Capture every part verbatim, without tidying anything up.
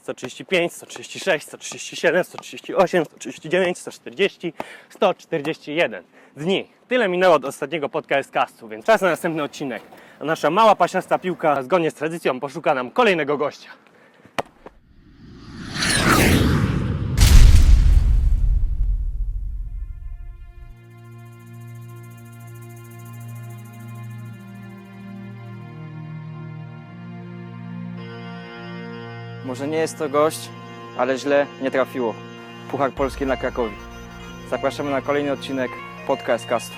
sto trzydzieści pięć, sto trzydzieści sześć, sto trzydzieści siedem, sto trzydzieści osiem, sto trzydzieści dziewięć, sto czterdzieści, sto czterdzieści jeden dni. Tyle minęło od ostatniego podcastu, więc czas na następny odcinek. A nasza mała pasiasta piłka zgodnie z tradycją poszuka nam kolejnego gościa. Może nie jest to gość, ale źle nie trafiło. Puchar Polski dla Krakowi. Zapraszamy na kolejny odcinek podcastu.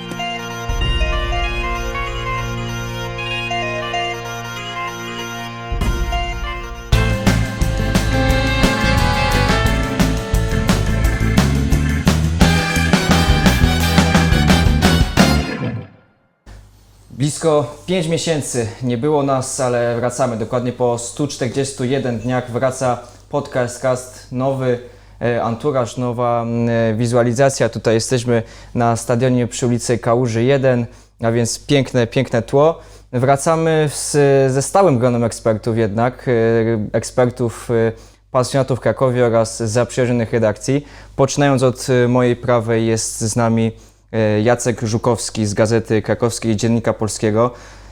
Blisko pięć miesięcy nie było nas, ale wracamy. Dokładnie po stu czterdziestu jeden dniach wraca podcast, nowy e, anturaż, nowa e, wizualizacja. Tutaj jesteśmy na stadionie przy ulicy Kałuży jeden, a więc piękne, piękne tło. Wracamy z, ze stałym gronem ekspertów jednak, e, ekspertów e, pasjonatów Krakowi oraz zaprzyjaźnionych redakcji. Poczynając od mojej prawej jest z nami Jacek Żukowski z Gazety Krakowskiej, Dziennika Polskiego.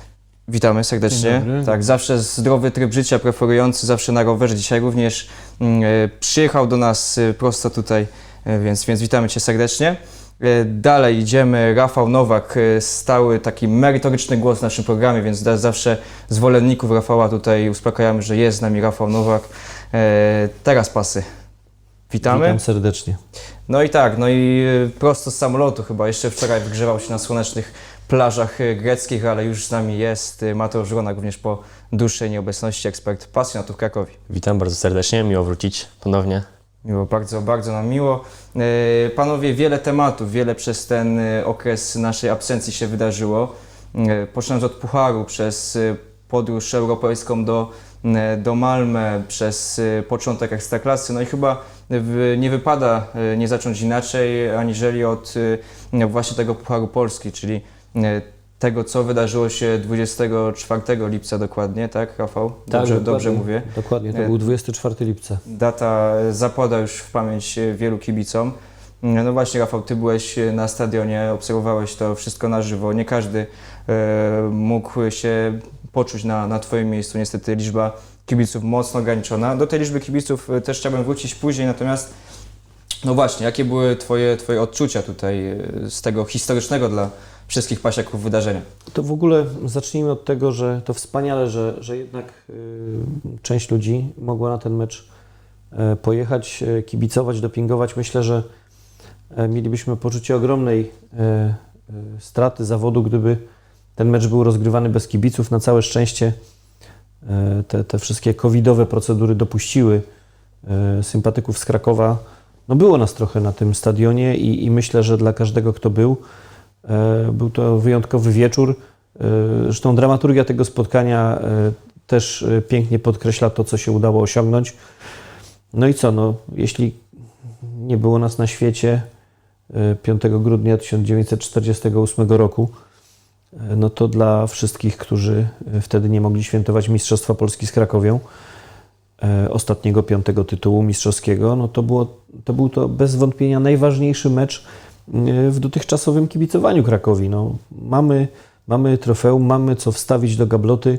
Witamy serdecznie. Tak, zawsze zdrowy tryb życia preferujący, zawsze na rowerze. Dzisiaj również y, przyjechał do nas y, prosto tutaj, y, więc, więc witamy Cię serdecznie. Y, dalej idziemy. Rafał Nowak, y, stały taki merytoryczny głos w naszym programie, więc da, zawsze zwolenników Rafała tutaj uspokajamy, że jest z nami Rafał Nowak. Y, teraz pasy. Witamy. Witam serdecznie. No i tak, no i prosto z samolotu chyba, jeszcze wczoraj wygrzewał się na słonecznych plażach greckich, ale już z nami jest Mateusz Ronak, również po dłuższej nieobecności, ekspert pasjonatów Krakowi. Witam bardzo serdecznie, miło wrócić ponownie. Miło, bardzo, bardzo nam miło. Panowie, wiele tematów, wiele przez ten okres naszej absencji się wydarzyło. Poczynając od Pucharu, przez podróż europejską do, do Malmö, przez początek Ekstraklasy, no i chyba nie wypada nie zacząć inaczej, aniżeli od właśnie tego Pucharu Polski, czyli tego, co wydarzyło się dwudziestego czwartego lipca dokładnie, tak, Rafał? Dobrze, tak, dobrze mówię. Dokładnie, to był dwudziestego czwartego lipca. Data zapada już w pamięć wielu kibicom. No właśnie, Rafał, Ty byłeś na stadionie, obserwowałeś to wszystko na żywo. Nie każdy e, mógł się poczuć na, na Twoim miejscu. Niestety liczba kibiców mocno ograniczona. Do tej liczby kibiców też chciałbym wrócić później, natomiast no właśnie, jakie były Twoje, twoje odczucia tutaj z tego historycznego dla wszystkich pasiaków wydarzenia? To w ogóle zacznijmy od tego, że to wspaniale, że, że jednak y, część ludzi mogła na ten mecz y, pojechać, y, kibicować, dopingować. Myślę, że y, mielibyśmy poczucie ogromnej y, y, straty zawodu, gdyby ten mecz był rozgrywany bez kibiców. Na całe szczęście y, te, te wszystkie covidowe procedury dopuściły y, sympatyków z Krakowa. No było nas trochę na tym stadionie i, i myślę, że dla każdego, kto był, był to wyjątkowy wieczór. Zresztą dramaturgia tego spotkania też pięknie podkreśla to, co się udało osiągnąć. No i co, no, jeśli nie było nas na świecie piątego grudnia tysiąc dziewięćset czterdziestego ósmego roku, no to dla wszystkich, którzy wtedy nie mogli świętować Mistrzostwa Polski z Krakowią, ostatniego piątego tytułu mistrzowskiego, no to, było, to był to bez wątpienia najważniejszy mecz w dotychczasowym kibicowaniu Krakowi. No, mamy, mamy trofeum, mamy co wstawić do gabloty.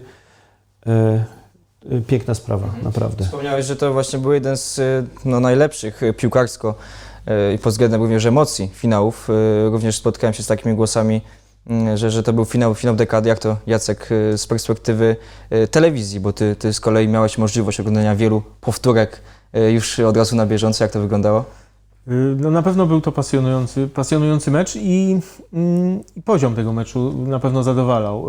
E, piękna sprawa, mhm. naprawdę. Wspomniałeś, że to właśnie był jeden z no, najlepszych piłkarsko e, i pod względem również emocji finałów. E, również spotkałem się z takimi głosami, Że, że to był finał, finał dekady. Jak to, Jacek, z perspektywy telewizji, bo ty, ty z kolei miałeś możliwość oglądania wielu powtórek już od razu na bieżąco. Jak to wyglądało? No na pewno był to pasjonujący, pasjonujący mecz i, i poziom tego meczu na pewno zadowalał.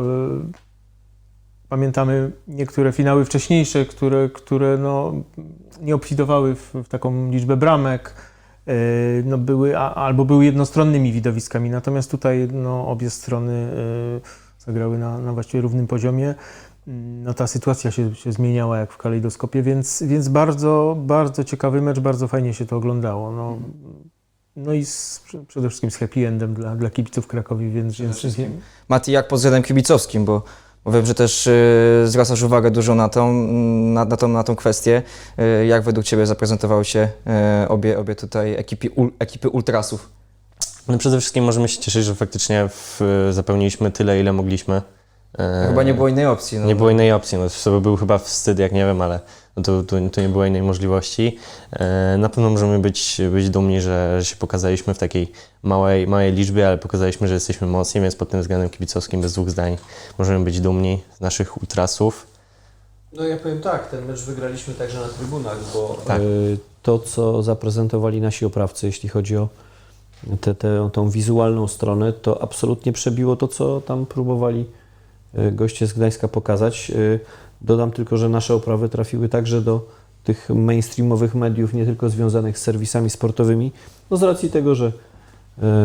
Pamiętamy niektóre finały wcześniejsze, które, które no, nie obfidowały w, w taką liczbę bramek. No były, albo były jednostronnymi widowiskami, natomiast tutaj no, obie strony zagrały na, na właściwie równym poziomie. No, ta sytuacja się, się zmieniała jak w kalejdoskopie, więc, więc bardzo, bardzo ciekawy mecz, bardzo fajnie się to oglądało. No, no i z, przede wszystkim z happy endem dla, dla kibiców Krakowi, więc... więc Mati, jak pod względem kibicowskim, bo Bo wiem, że też y, zwracasz uwagę dużo na tą, na, na tą, na tą kwestię. Y, jak według Ciebie zaprezentowały się y, obie, obie tutaj ekipy, ul, ekipy ultrasów? No przede wszystkim możemy się cieszyć, że faktycznie w, zapełniliśmy tyle, ile mogliśmy. E, Chyba nie było innej opcji. No. Nie było innej opcji, no to był chyba wstyd, jak nie wiem, ale no to, to, to nie było innej możliwości. E, na pewno możemy być, być dumni, że, że się pokazaliśmy w takiej małej, małej liczbie, ale pokazaliśmy, że jesteśmy mocni, więc pod tym względem kibicowskim bez dwóch zdań możemy być dumni z naszych ultrasów. No ja powiem tak, ten mecz wygraliśmy także na trybunach, bo Tak. y, to, co zaprezentowali nasi oprawcy, jeśli chodzi o tę te, tą wizualną stronę, to absolutnie przebiło to, co tam próbowali y, goście z Gdańska pokazać. Y, dodam tylko, że nasze oprawy trafiły także do tych mainstreamowych mediów, nie tylko związanych z serwisami sportowymi, no z racji tego, że y, y,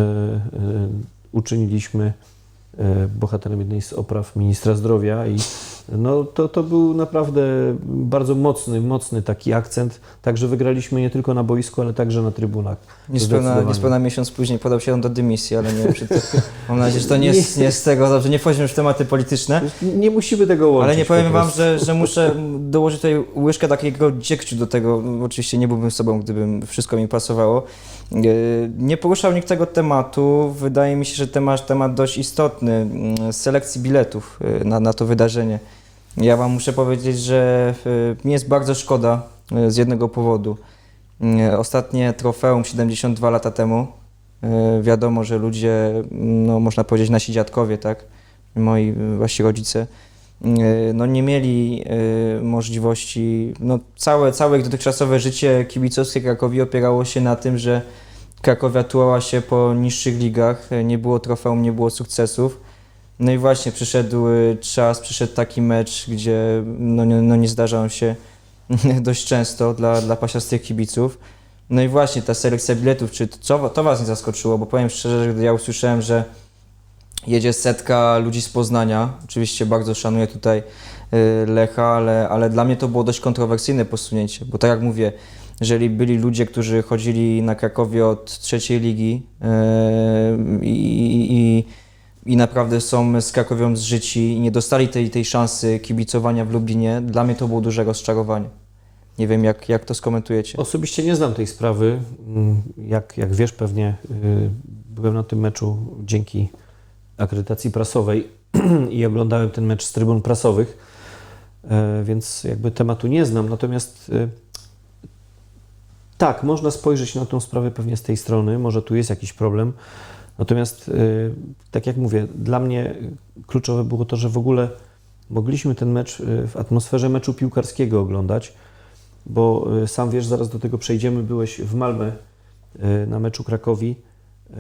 uczyniliśmy y, bohaterem jednej z opraw ministra zdrowia i no to, to był naprawdę bardzo mocny, mocny taki akcent. Także wygraliśmy nie tylko na boisku, ale także na trybunach. Niespełna, Zdecydowanie. niespełna miesiąc później podał się on do dymisji, ale nie wiem, czy to, mam nadzieję, że to nie jest, nie jest z tego, dobrze, nie wchodzimy już w tematy polityczne. Nie musimy tego łączyć. Ale nie powiem po Wam, prostu. że, że muszę dołożyć tutaj łyżkę takiego dziegciu do tego. Oczywiście nie byłbym sobą, gdybym wszystko mi pasowało. Nie poruszał nikt tego tematu. Wydaje mi się, że temat, temat dość istotny selekcji biletów na, na to wydarzenie. Ja Wam muszę powiedzieć, że mi jest bardzo szkoda z jednego powodu. Ostatnie trofeum siedemdziesiąt dwa lata temu. Wiadomo, że ludzie, no można powiedzieć nasi dziadkowie, tak? Moi właśnie rodzice, no nie mieli możliwości, no całe, całe ich dotychczasowe życie kibicowskie Krakowi opierało się na tym, że Krakowia tułała się po niższych ligach, nie było trofeum, nie było sukcesów. No i właśnie przyszedł czas, przyszedł taki mecz, gdzie no, nie- no nie zdarza on się dość często dla, dla pasiastych kibiców. No i właśnie ta selekcja biletów, czy co, to Was nie zaskoczyło? Bo powiem szczerze, że gdy ja usłyszałem, że jedzie setka ludzi z Poznania, oczywiście bardzo szanuję tutaj y, Lecha, ale, ale dla mnie to było dość kontrowersyjne posunięcie, bo tak jak mówię, jeżeli byli ludzie, którzy chodzili na Krakowie od trzeciej ligi y, i, i, i naprawdę są z Krakowią zżyci i nie dostali tej, tej szansy kibicowania w Lublinie, dla mnie to było duże rozczarowanie. Nie wiem, jak, jak to skomentujecie. Osobiście nie znam tej sprawy. Mm, Jak, jak wiesz pewnie, y, byłem na tym meczu dzięki akredytacji prasowej i oglądałem ten mecz z trybun prasowych, e, więc jakby tematu nie znam. Natomiast y, tak, można spojrzeć na tą sprawę pewnie z tej strony, może tu jest jakiś problem. Natomiast y, tak jak mówię, dla mnie kluczowe było to, że w ogóle mogliśmy ten mecz y, w atmosferze meczu piłkarskiego oglądać, bo y, sam wiesz, zaraz do tego przejdziemy, byłeś w Malmę y, na meczu Krakowi. Y,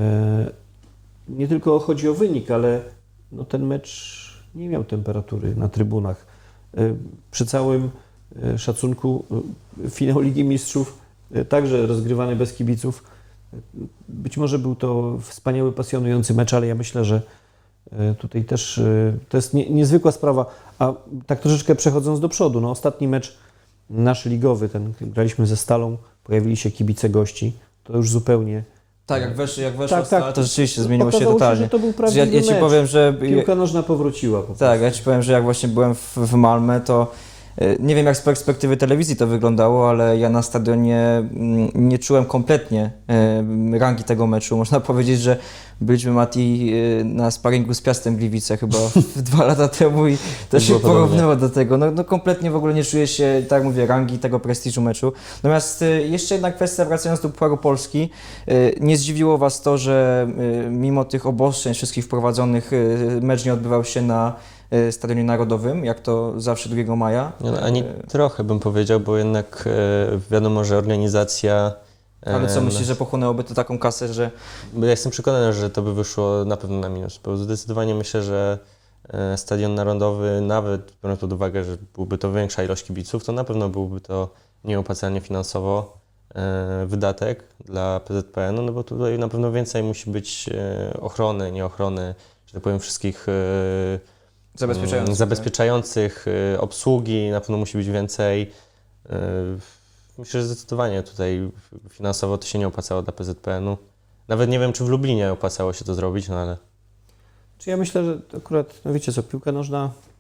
Nie tylko chodzi o wynik, ale no, ten mecz nie miał temperatury na trybunach. Y, Przy całym y, szacunku y, finał Ligi Mistrzów y, także rozgrywany bez kibiców. Y, Być może był to wspaniały, pasjonujący mecz, ale ja myślę, że y, tutaj też y, to jest nie, niezwykła sprawa. A tak troszeczkę przechodząc do przodu, no ostatni mecz nasz ligowy, ten graliśmy ze Stalą, pojawili się kibice gości, to już zupełnie... Tak, jak weszło, jak weszło Tak, Stala, tak. to rzeczywiście zmieniło się Okazało totalnie. że to był Ja, prawdziwy ja Ci mecz. powiem, że... Piłka nożna powróciła po prostu. Tak, ja Ci powiem, że jak właśnie byłem w, w Malmę, to y, nie wiem jak z perspektywy telewizji to wyglądało, ale ja na stadionie mm, nie czułem kompletnie y, rangi tego meczu. Można powiedzieć, że byliśmy, Mati, y, na sparingu z Piastem Gliwice chyba w dwa lata temu i to się było podobnie. porównywało do tego. No, no kompletnie w ogóle nie czuję się, tak jak mówię, rangi tego prestiżu meczu. Natomiast y, jeszcze jedna kwestia, wracając do Pucharu Polski, y, nie zdziwiło Was to, że y, mimo tych obostrzeń wszystkich wprowadzonych y, mecz nie odbywał się na y, Stadionie Narodowym, jak to zawsze drugiego maja. No, ani Y, trochę bym powiedział, bo jednak e, wiadomo, że organizacja... e, Ale co myślisz, że pochłonęłoby to taką kasę, że Bo ja jestem przekonany, że to by wyszło na pewno na minus, bo zdecydowanie myślę, że e, Stadion Narodowy, nawet biorąc pod uwagę, że byłby to większa ilość kibiców, to na pewno byłby to nieopłacalnie finansowo e, wydatek dla P Z P N-u, no bo tutaj na pewno więcej musi być e, ochrony, nie ochrony, że tak powiem, wszystkich e, zabezpieczające? mm, zabezpieczających, e, obsługi, na pewno musi być więcej. E, Myślę, że zdecydowanie tutaj finansowo to się nie opłacało dla P Z P N-u. Nawet nie wiem, czy w Lublinie opłacało się to zrobić, no ale... Czy ja myślę, że akurat, no wiecie co, piłka nożna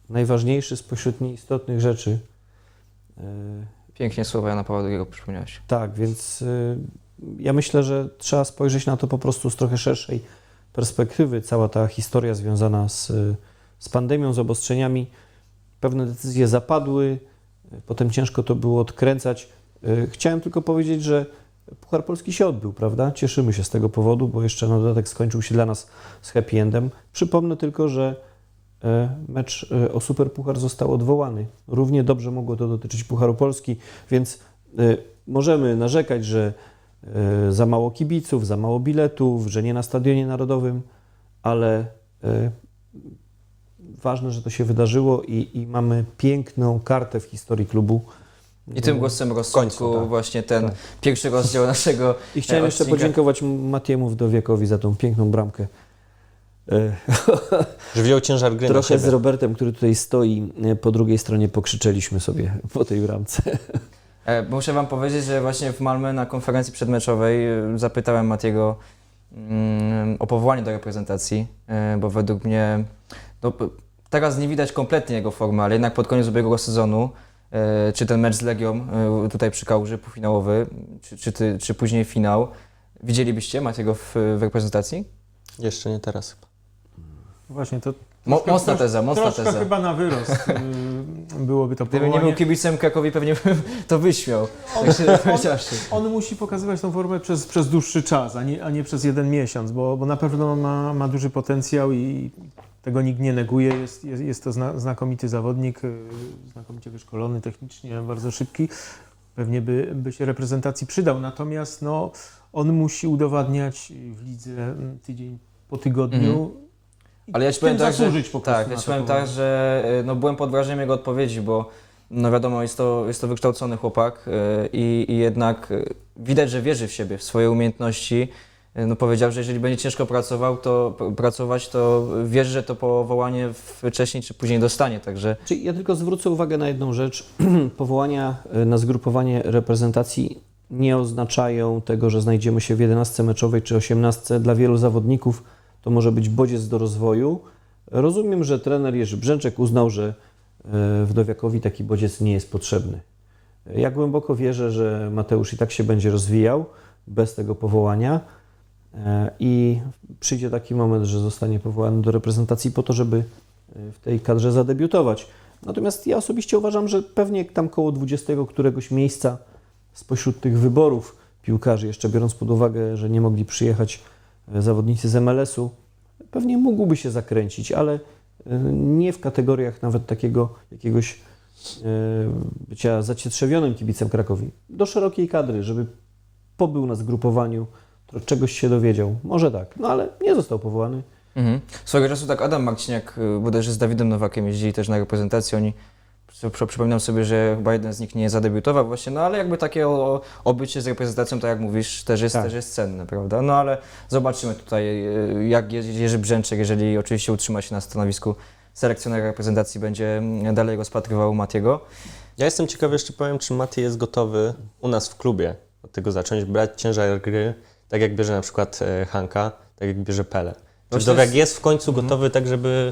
najważniejszy spośród nieistotnych rzeczy. E, Pięknie słowa Jana Pawła drugiego przypomniałeś. Tak, więc y, ja myślę, że trzeba spojrzeć na to po prostu z trochę szerszej perspektywy. Cała ta historia związana z, z pandemią, z obostrzeniami, pewne decyzje zapadły, y, potem ciężko to było odkręcać. Y, chciałem tylko powiedzieć, że Puchar Polski się odbył, prawda? Cieszymy się z tego powodu, bo jeszcze na dodatek skończył się dla nas z happy endem. Przypomnę tylko, że y, mecz y, o Superpuchar został odwołany. Równie dobrze mogło to dotyczyć Pucharu Polski, więc y, możemy narzekać, że y, za mało kibiców, za mało biletów, że nie na Stadionie Narodowym, ale y, ważne, że to się wydarzyło i, i mamy piękną kartę w historii klubu. I tym głosem rozsądku końcu, tak. właśnie ten Tak. pierwszy rozdział naszego I chciałem e, jeszcze odcinka. podziękować Matiemu Wdowiekowi za tą piękną bramkę. Y, Że wziął ciężar gry na Trochę siebie. z Robertem, który tutaj stoi y, po drugiej stronie, pokrzyczeliśmy sobie po tej bramce. E, Muszę Wam powiedzieć, że właśnie w Malmö na konferencji przedmeczowej e, zapytałem Matiego mm, o powołanie do reprezentacji, e, bo według mnie no, p- teraz nie widać kompletnie jego formy, ale jednak pod koniec ubiegłego sezonu, e, czy ten mecz z Legią e, tutaj przy Kałuży, półfinałowy, czy, czy, ty, czy później finał, widzielibyście Matiego w, w reprezentacji? Jeszcze nie teraz chyba. Właśnie to Mo, troszkę- mocna teza, mocna troszkę teza. chyba na wyrost y, byłoby to Gdybym nie powołanie. był kibicem Krakowi, pewnie bym to wyśmiał. On, Tak się on, powiedziawszy. on musi pokazywać tą formę przez, przez dłuższy czas, a nie, a nie przez jeden miesiąc, bo, bo na pewno ma, ma duży potencjał i tego nikt nie neguje. Jest, jest, jest to zna, znakomity zawodnik, y, znakomicie wyszkolony technicznie, bardzo szybki. Pewnie by, by się reprezentacji przydał, natomiast no, on musi udowadniać w lidze mm, tydzień po tygodniu. Mhm. Ale ja ci Tym powiem tak, że, zasłużyć po prostu tak, na ja ci to powiem powołanie. tak, że y, no, byłem pod wrażeniem jego odpowiedzi, bo no wiadomo, jest to, jest to wykształcony chłopak y, i, i jednak y, widać, że wierzy w siebie, w swoje umiejętności. Y, no powiedział, że jeżeli będzie ciężko pracował, to p- pracować, to wierzy, że to powołanie wcześniej czy później dostanie, także Czyli ja tylko zwrócę uwagę na jedną rzecz. Powołania y, na zgrupowanie reprezentacji nie oznaczają tego, że znajdziemy się w jedenastce meczowej czy osiemnastce. Dla wielu zawodników to może być bodziec do rozwoju. Rozumiem, że trener Jerzy Brzęczek uznał, że y, Wdowiakowi taki bodziec nie jest potrzebny. Ja głęboko wierzę, że Mateusz i tak się będzie rozwijał bez tego powołania y, i przyjdzie taki moment, że zostanie powołany do reprezentacji po to, żeby y, w tej kadrze zadebiutować. Natomiast ja osobiście uważam, że pewnie tam koło dwudziestego któregoś miejsca spośród tych wyborów piłkarzy, jeszcze biorąc pod uwagę, że nie mogli przyjechać e, zawodnicy z M L S-u, pewnie mógłby się zakręcić, ale e, nie w kategoriach nawet takiego jakiegoś e, bycia zacietrzewionym kibicem Krakowi. Do szerokiej kadry, żeby pobył na zgrupowaniu, to czegoś się dowiedział. Może tak, no ale nie został powołany. mhm. Swego czasu tak Adam Marciniak y, bodajże z Dawidem Nowakiem jeździli też na reprezentację, oni przy- przy- przypominam sobie, że chyba jeden z nich nie zadebiutował właśnie, no ale jakby takie o, o, obycie z reprezentacją, tak jak mówisz, też jest, Tak. też jest cenne, prawda? No ale zobaczymy tutaj, y, jak Je- Jerzy Brzęczek, jeżeli oczywiście utrzyma się na stanowisku selekcjonera reprezentacji, będzie mm, dalej rozpatrywał Matiego. Ja jestem ciekawy, jeszcze powiem, czy Mati jest gotowy u nas w klubie od tego zacząć, brać ciężar gry, tak jak bierze na przykład e, Hanka, tak jak bierze Pele. Czy Właśnie Wdowiak jest- jest w końcu Mhm. gotowy tak, żeby,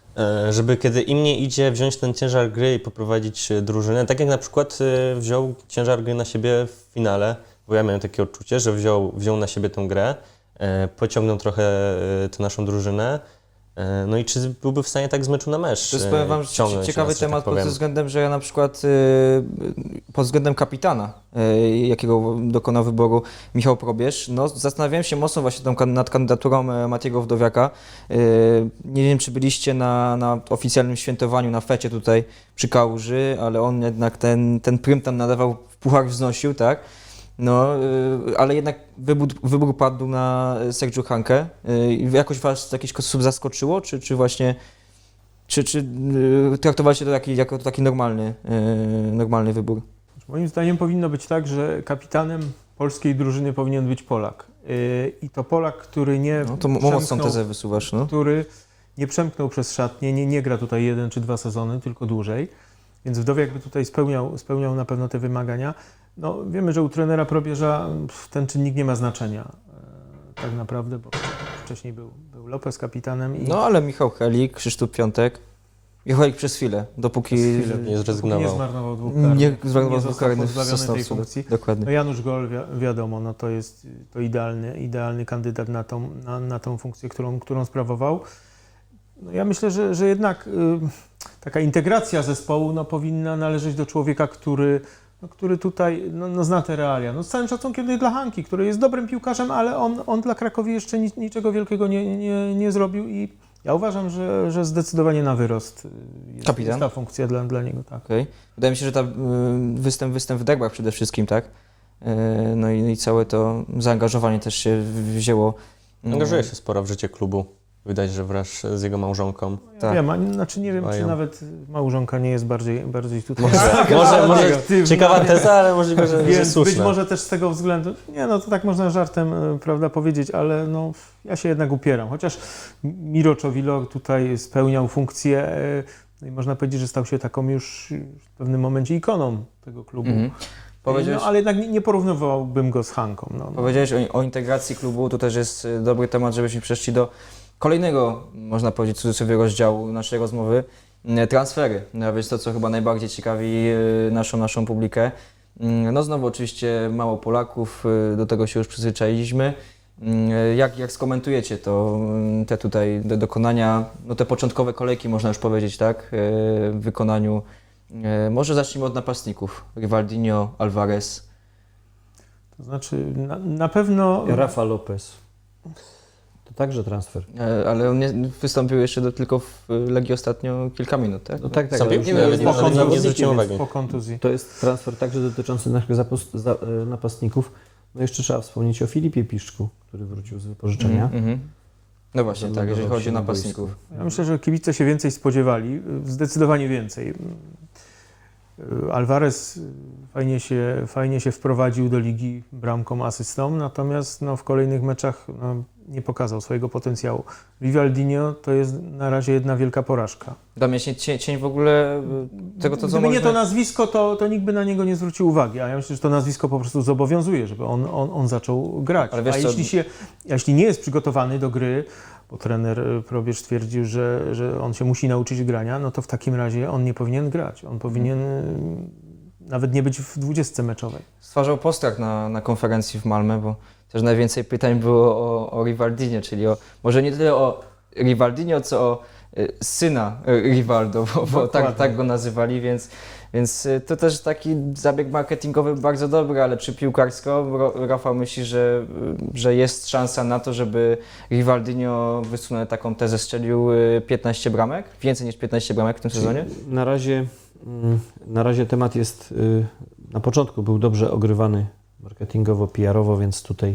e, żeby kiedy im nie idzie, wziąć ten ciężar gry i poprowadzić e, drużynę, tak jak na przykład e, wziął ciężar gry na siebie w finale, bo ja miałem takie odczucie, że wziął, wziął na siebie tę grę, e, pociągnął trochę e, tę naszą drużynę, e, no i czy byłby w stanie tak z meczu na mecz To jest, e, powiem Wam, ciągnąć ciekawy nas, że temat tak pod powiem. tym względem, że ja na przykład y, pod względem kapitana, y, jakiego dokonał wyboru Michał Probierz, no zastanawiałem się mocno właśnie tą, kan- nad kandydaturą e, Matiego Wdowiaka. Y, nie wiem, czy byliście na, na oficjalnym świętowaniu, na fecie tutaj przy Kałuży, ale on jednak ten, ten prym tam nadawał, puchar wznosił, tak? No, y, ale jednak wybór, wybór padł na Sergiu Hankę. Y, jakoś Was w jakiś sposób zaskoczyło, czy, czy właśnie czy, czy y, traktowaliście to taki, jako taki normalny, y, normalny wybór? Moim zdaniem powinno być tak, że kapitanem polskiej drużyny powinien być Polak. Yy, I to Polak, który nie No to mo- mocną przemknął- tezę wysuwasz, no. który nie przemknął przez szatnię, nie, nie gra tutaj jeden czy dwa sezony, tylko dłużej. Więc Wdowiak by tutaj spełniał, spełniał na pewno te wymagania. No, wiemy, że u trenera Probierza pff, ten czynnik nie ma znaczenia e, tak naprawdę, bo wcześniej był, był Lopez kapitanem i No ale Michał Helik, Krzysztof Piątek, Michałek przez chwilę, dopóki Przez chwilę. Nie zrezygnował. Nie zmarnował dwóch karnych. nie zmarnował Nie dwóch został karnych pozbawiony został tej w sobie. funkcji. Dokładnie. No Janusz Gol, wi- wiadomo, no to jest to idealny, idealny kandydat na tą, na, na tą funkcję, którą, którą sprawował. No ja myślę, że, że jednak y, taka integracja zespołu no, powinna należeć do człowieka, który, no, który tutaj no, no, zna te realia. No, z całym szacunkiem tutaj dla Hanki, który jest dobrym piłkarzem, ale on, on dla Krakowi jeszcze nic, niczego wielkiego nie, nie, nie zrobił i ja uważam, że, że zdecydowanie na wyrost jest, Kapitan? jest ta funkcja dla, dla niego. Tak. Okej. Wydaje mi się, że ta y, występ, występ w derbach przede wszystkim, tak? Y, no, i, i całe to zaangażowanie też się w- wzięło. y, Angażuje się sporo w życie klubu. Widać, że wraz z jego małżonką. Ja Tak. wiem, a, znaczy nie wiem, czy Mają. nawet małżonka nie jest bardziej, bardziej tutaj Może, może aktywna. ciekawa teza, ale możliwe, że, że Więc słuszna. być może też z tego względu, nie no to tak można żartem e, prawda, powiedzieć, ale no, ja się jednak upieram. Chociaż Miro Czowilo tutaj spełniał funkcję, e, no i można powiedzieć, że stał się taką już w pewnym momencie ikoną tego klubu. Mhm. Powiedziałeś, No, ale jednak nie, nie porównywałbym go z Hanką. No, no. powiedziałeś o, o integracji klubu, to też jest y, dobry temat, żebyśmy przeszli do kolejnego, można powiedzieć, w cudzysłowie rozdziału naszej rozmowy. y, Transfery. No, więc to, co chyba najbardziej ciekawi y, naszą, naszą publikę. Y, No znowu oczywiście mało Polaków, y, do tego się już przyzwyczailiśmy. Y, Jak, jak skomentujecie to, y, te tutaj te dokonania, no te początkowe kolejki można już powiedzieć, tak, y, w wykonaniu. y, Może zacznijmy od napastników. Rivaldinho, Alvarez. To znaczy na, na pewno... Rafa Lopez. To także transfer. E, Ale on nie, wystąpił jeszcze do, tylko w Legii ostatnio kilka minut, tak? No tak, tak. Są ale piękne, już ale nie- nie- nie- ale nie- nawet nie nie- zwróciłem więc uwagi. Po kontuzji. To jest transfer także dotyczący naszych zapos- za, e, napastników. No jeszcze trzeba wspomnieć o Filipie Piszczku, który wrócił z wypożyczenia. Mhm, mhm. No właśnie, tak, jeżeli Zameldował chodzi się o na napastników. boisku. Ja myślę, że kibice się więcej spodziewali, zdecydowanie więcej. Alvarez fajnie się, fajnie się wprowadził do ligi bramką, asystą, natomiast no, w kolejnych meczach no, nie pokazał swojego potencjału. Rivaldinho to jest na razie jedna wielka porażka. Dla mnie się cień, cień w ogóle e, tego, to co Gdyby nie można... to nazwisko, to, to nikt by na niego nie zwrócił uwagi, a ja myślę, że to nazwisko po prostu zobowiązuje, żeby on, on, on zaczął grać. Ale wiesz a co- jeśli, się, jeśli nie jest przygotowany do gry, bo trener y, Probierz twierdził, że, że on się musi nauczyć grania, no to w takim razie on nie powinien grać. On powinien y, nawet nie być w dwudziestce meczowej. Stwarzał postrach na, na konferencji w Malmö, bo też najwięcej pytań było o, o Rivaldinho, czyli o, może nie tyle o Rivaldinho, co o y, syna y, Rivaldo, bo, bo tak, Dokładnie. tak go nazywali, więc, więc y, to też taki zabieg marketingowy bardzo dobry, ale czy piłkarsko, Ro- Rafał myśli, że, y, że jest szansa na to, żeby Rivaldinho, wysunął taką tezę, strzelił y, piętnaście bramek? Więcej niż piętnaście bramek w tym sezonie? Na razie, mm, na razie temat jest, y, na początku był dobrze ogrywany marketingowo, P R-owo, więc tutaj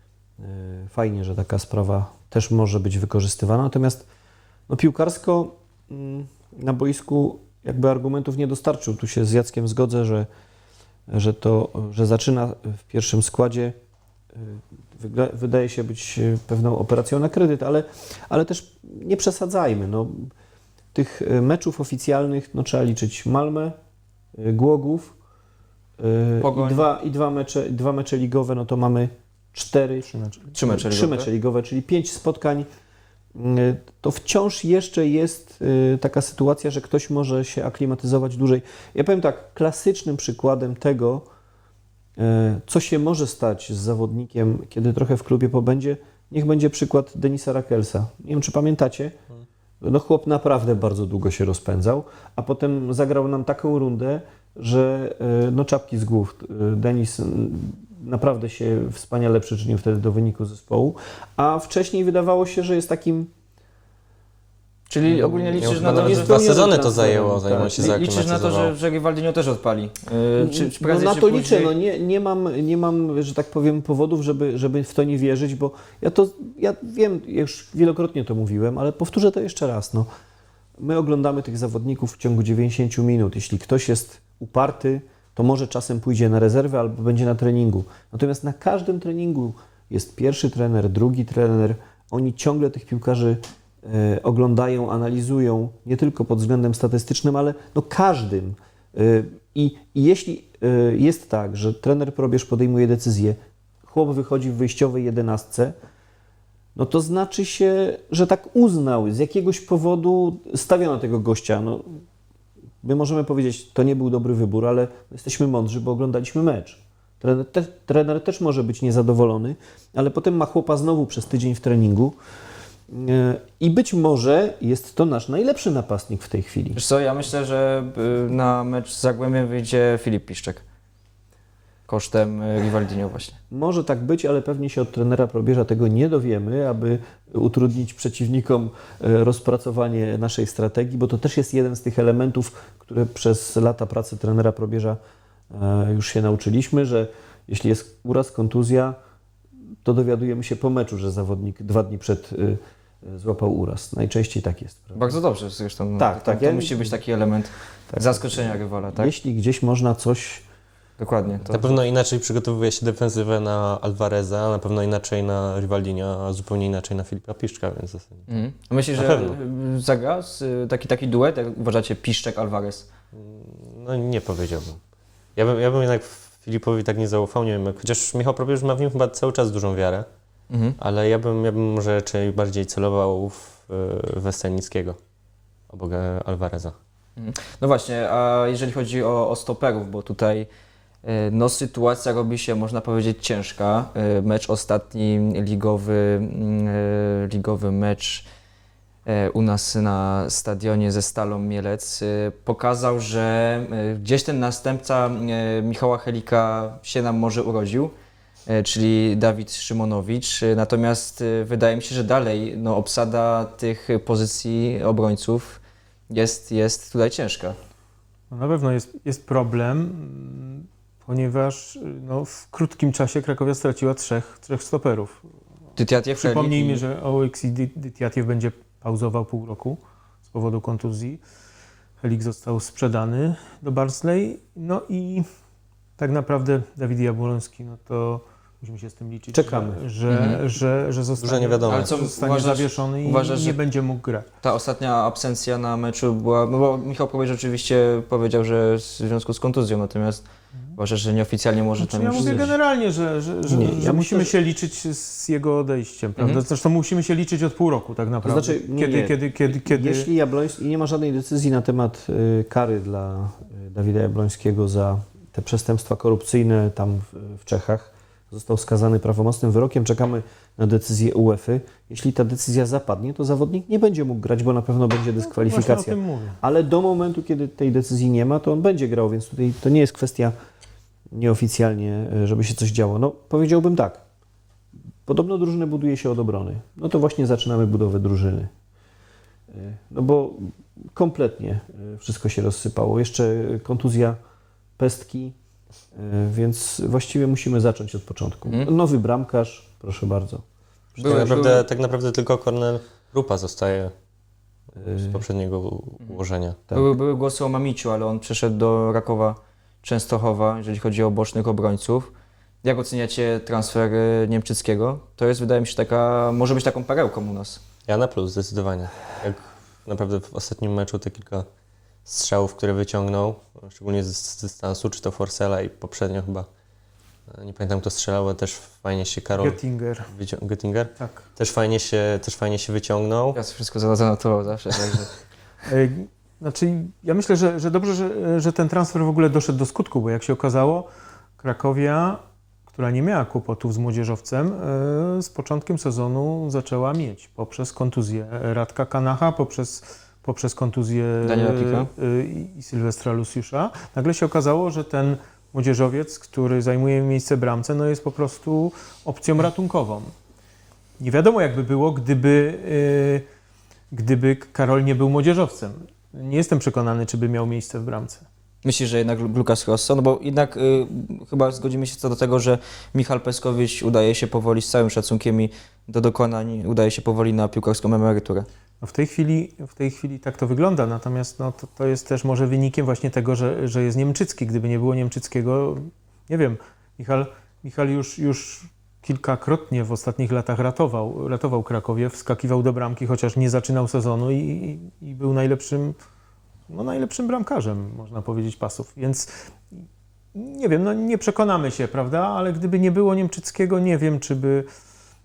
y, fajnie, że taka sprawa też może być wykorzystywana. Natomiast no, piłkarsko mm, na boisku jakby argumentów nie dostarczył. Tu się z Jackiem zgodzę, że, że to, że zaczyna w pierwszym składzie y, wygra- wydaje się być y, pewną operacją na kredyt, ale, ale też nie przesadzajmy. No, tych y, meczów oficjalnych no, trzeba liczyć Malmę, y, Głogów y, Pogoń. i, dwa, i dwa, mecze, dwa mecze ligowe, no to mamy cztery, Trzy mecze. Trzy mecze trzy ligowe. mecze ligowe, czyli pięć spotkań. Y, To wciąż jeszcze jest y, taka sytuacja, że ktoś może się aklimatyzować dłużej. Ja powiem tak, klasycznym przykładem tego, y, co się może stać z zawodnikiem, kiedy trochę w klubie pobędzie, niech będzie przykład Denisa Rakelsa. Nie wiem, czy pamiętacie, no chłop naprawdę bardzo długo się rozpędzał, a potem zagrał nam taką rundę, że y, no czapki z głów. Y, Denis y, naprawdę się wspaniale przyczynił wtedy do wyniku zespołu, a wcześniej wydawało się, że jest takim... Czyli ogólnie Ja liczysz już na to, nawet że... dwa spełniony sezony to transferem, zajęło, zanim on tak. się Li- Liczysz na to, zaaklimatyzował. że, że Rivaldinho też odpali? Yy, czy, czy no prędzej na czy to później... liczę, no nie, nie, mam, nie mam, że tak powiem, powodów, żeby, żeby w to nie wierzyć, bo ja to, ja wiem, już wielokrotnie to mówiłem, ale powtórzę to jeszcze raz, no. My oglądamy tych zawodników w ciągu dziewięćdziesięciu minut. Jeśli ktoś jest uparty, to może czasem pójdzie na rezerwę albo będzie na treningu. Natomiast na każdym treningu jest pierwszy trener, drugi trener. Oni ciągle tych piłkarzy e, oglądają, analizują, nie tylko pod względem statystycznym, ale no każdym. E, i, I jeśli e, jest tak, że trener Probierz podejmuje decyzję, chłop wychodzi w wyjściowej jedenastce, no to znaczy się, że tak uznał. Z jakiegoś powodu stawia na tego gościa. No, my możemy powiedzieć, to nie był dobry wybór, ale jesteśmy mądrzy, bo oglądaliśmy mecz. Trener, te, trener też może być niezadowolony, ale potem ma chłopa znowu przez tydzień w treningu yy, i być może jest to nasz najlepszy napastnik w tej chwili. Wiesz co, ja myślę, że y, na mecz z Zagłębiem wyjdzie Filip Piszczek. Kosztem y, Rivaldinho właśnie. Może tak być, ale pewnie się od trenera Probierza tego nie dowiemy, aby utrudnić przeciwnikom e, rozpracowanie naszej strategii, bo to też jest jeden z tych elementów, które przez lata pracy trenera Probierza e, już się nauczyliśmy, że jeśli jest uraz, kontuzja, to dowiadujemy się po meczu, że zawodnik dwa dni przed e, złapał uraz. Najczęściej tak jest. Prawda? Bardzo dobrze zresztą. Tak, to, tak, To ja- musi być taki element zaskoczenia rywala, tak? Jeśli gdzieś można coś... Dokładnie. To... Na pewno inaczej przygotowuje się defensywę na Alvareza, na pewno inaczej na Rivaldinho, a zupełnie inaczej na Filipa Piszczka, więc zasadnie. Mhm. Myślisz, Na że pewno. y, zagra z, y, taki, taki duet, jak uważacie, Piszczek-Alvarez? No nie powiedziałbym. Ja bym, ja bym jednak Filipowi tak nie zaufał, nie wiem, jak- chociaż Michał Probierz ma w nim chyba cały czas dużą wiarę, Mhm. ale ja bym, ja bym może raczej bardziej celował w, w Estenickiego obok Alvareza. No właśnie, a jeżeli chodzi o, o stoperów, bo tutaj y, no, sytuacja robi się, można powiedzieć, ciężka. Y, Mecz ostatni, ligowy, y, ligowy mecz y, u nas na stadionie ze Stalą Mielec y, pokazał, że y, gdzieś ten następca y, Michała Helika się nam może urodził, y, czyli Dawid Szymonowicz. Y, Natomiast y, wydaje mi się, że dalej no, obsada tych pozycji obrońców jest, jest tutaj ciężka. No na pewno jest, jest problem, mm, ponieważ y, no, w krótkim czasie Krakowia straciła trzech, trzech stoperów. Tytiatiew, Przypomnijmy, Helik i- że Oleksij Dy- Dytiatiew będzie pauzował pół roku z powodu kontuzji. Helik został sprzedany do Barnsley. No i tak naprawdę Dawid Jabłoński, no to musimy się z tym liczyć, Czekamy. że, że, Mhm. że, że zostanie, Dużo nie wiadomo. Ale co zostanie uważasz- zawieszony i uważasz, nie że- będzie mógł grać. Ta ostatnia absencja na meczu była, no bo Michał Probierz oczywiście powiedział, że w związku z kontuzją, natomiast uważasz, że nieoficjalnie może Znaczy, tam ja już mówię zjeść. generalnie, że, że, że, Nie, że ja myślę, musimy że- się liczyć z jego odejściem, prawda? Mhm. Zresztą musimy się liczyć od pół roku tak naprawdę. znaczy, nie, kiedy, nie. kiedy, kiedy, kiedy... Jeśli Jabloński, i nie ma żadnej decyzji na temat y, kary dla y, Dawida Jablońskiego za te przestępstwa korupcyjne tam w, w Czechach, został skazany prawomocnym wyrokiem. Czekamy na decyzję UEFA. Jeśli ta decyzja zapadnie, to zawodnik nie będzie mógł grać, bo na pewno będzie Właśnie o dyskwalifikacja. tym mówię. Ale do momentu, kiedy tej decyzji nie ma, to on będzie grał, więc tutaj to nie jest kwestia nieoficjalnie, y, żeby się coś działo. No, powiedziałbym tak. Podobno drużynę buduje się od obrony. No to właśnie zaczynamy budowę drużyny. Y, No bo kompletnie y, wszystko się rozsypało. Jeszcze kontuzja pestki, y, więc właściwie musimy zacząć od początku. Mhm. Nowy bramkarz, proszę bardzo. Tak Były, naprawdę, były, tak naprawdę tylko Kornel Rupa zostaje z Y, poprzedniego u- ułożenia. tak. były, były głosy o Mamiciu, ale on przeszedł do Rakowa Częstochowa, jeżeli chodzi o bocznych obrońców. Jak oceniacie transfer y, Niemczyckiego? To jest, wydaje mi się, taka, może być taką perełką u nas. Ja na plus, zdecydowanie. Jak naprawdę w ostatnim meczu te kilka strzałów, które wyciągnął, szczególnie z, z dystansu, czy to Forsela i poprzednio chyba, nie pamiętam kto strzelał, ale też fajnie się Karol Göttinger, wycią- Göttinger, tak. też fajnie się, też fajnie się wyciągnął. Ja sobie wszystko zanotował zawsze, także... E, Znaczy, ja myślę, że, że dobrze, że, że ten transfer w ogóle doszedł do skutku, bo jak się okazało, Krakowia, która nie miała kłopotów z młodzieżowcem, e, z początkiem sezonu zaczęła mieć poprzez kontuzję Radka Kanacha, poprzez, poprzez kontuzję Daniela Pika. e, i i Sylwestra Lusiusza. Nagle się okazało, że ten młodzieżowiec, który zajmuje miejsce bramce, no jest po prostu opcją ratunkową. Nie wiadomo, jakby było, gdyby, e, gdyby Karol nie był młodzieżowcem. Nie jestem przekonany, czy by miał miejsce w bramce. Myślisz, że jednak Lukas Rosso? No bo jednak y, chyba zgodzimy się co do tego, że Michal Peskowicz udaje się powoli, z całym szacunkiem i do dokonań, udaje się powoli na piłkarską emeryturę. No w tej chwili, w tej chwili tak to wygląda, natomiast no to, to jest też może wynikiem właśnie tego, że, że jest Niemczycki. Gdyby nie było Niemczyckiego, nie wiem, Michal, Michal już, już kilkakrotnie w ostatnich latach ratował, ratował Krakowię, wskakiwał do bramki, chociaż nie zaczynał sezonu i, i, i był najlepszym, no najlepszym bramkarzem, można powiedzieć, pasów. Więc nie wiem, no nie przekonamy się, prawda, ale gdyby nie było Niemczyckiego, nie wiem, czy by,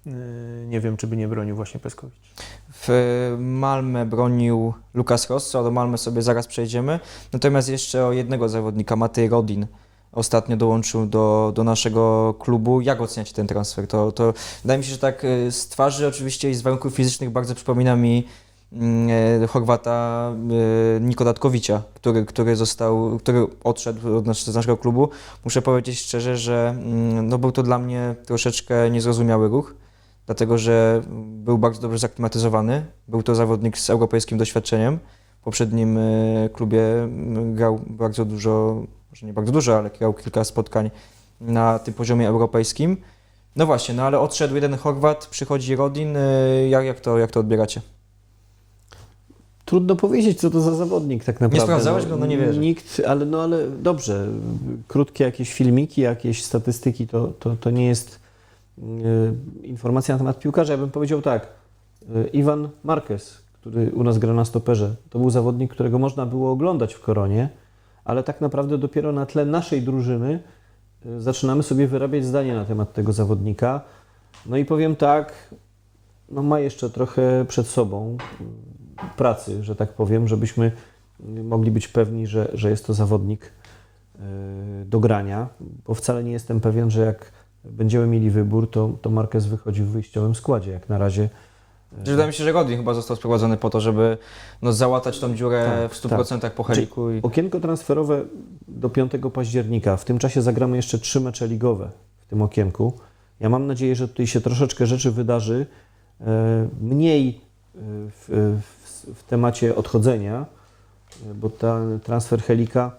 nie wiem, czy by nie bronił właśnie Peskowicz. W Malmö bronił Lukas Rosso, a do Malmö sobie zaraz przejdziemy. Natomiast jeszcze o jednego zawodnika, Matej Rodin, ostatnio dołączył do, do naszego klubu. Jak oceniacie ten transfer? To, to wydaje mi się, że tak z twarzy oczywiście i z warunków fizycznych bardzo przypomina mi e, Chorwata e, Niko Datkovicia, który, który został, który odszedł od nas, z naszego klubu. Muszę powiedzieć szczerze, że mm, no, był to dla mnie troszeczkę niezrozumiały ruch, dlatego że był bardzo dobrze zaklimatyzowany. Był to zawodnik z europejskim doświadczeniem. W poprzednim e, klubie m, grał bardzo dużo, może nie bardzo dużo, ale grał kilka spotkań na tym poziomie europejskim. No właśnie, no ale odszedł jeden Chorwat, przychodzi Rodin. E, jak, jak, to, jak to odbieracie? Trudno powiedzieć, co to za zawodnik tak naprawdę. Nie sprawdzałeś go? No nie wierzę. Nikt, ale, no, ale dobrze, krótkie jakieś filmiki, jakieś statystyki, to, to, to nie jest y, informacja na temat piłkarza. Ja bym powiedział tak, y, Iwan Marquez, który u nas gra na stoperze, to był zawodnik, którego można było oglądać w Koronie, ale tak naprawdę dopiero na tle naszej drużyny y, zaczynamy sobie wyrabiać zdanie na temat tego zawodnika. No i powiem tak, no ma jeszcze trochę przed sobą pracy, że tak powiem, żebyśmy mogli być pewni, że, że jest to zawodnik do grania, bo wcale nie jestem pewien, że jak będziemy mieli wybór, to, to Marquez wychodzi w wyjściowym składzie, jak na razie. Wydaje mi się, że Rodin chyba został sprowadzony po to, żeby no, załatać tą dziurę Tak, w stu procentach tak. po Heliku. I... Okienko transferowe do piątego października. W tym czasie zagramy jeszcze trzy mecze ligowe w tym okienku. Ja mam nadzieję, że tutaj się troszeczkę rzeczy wydarzy. Mniej w, w, w temacie odchodzenia, bo ten transfer Helika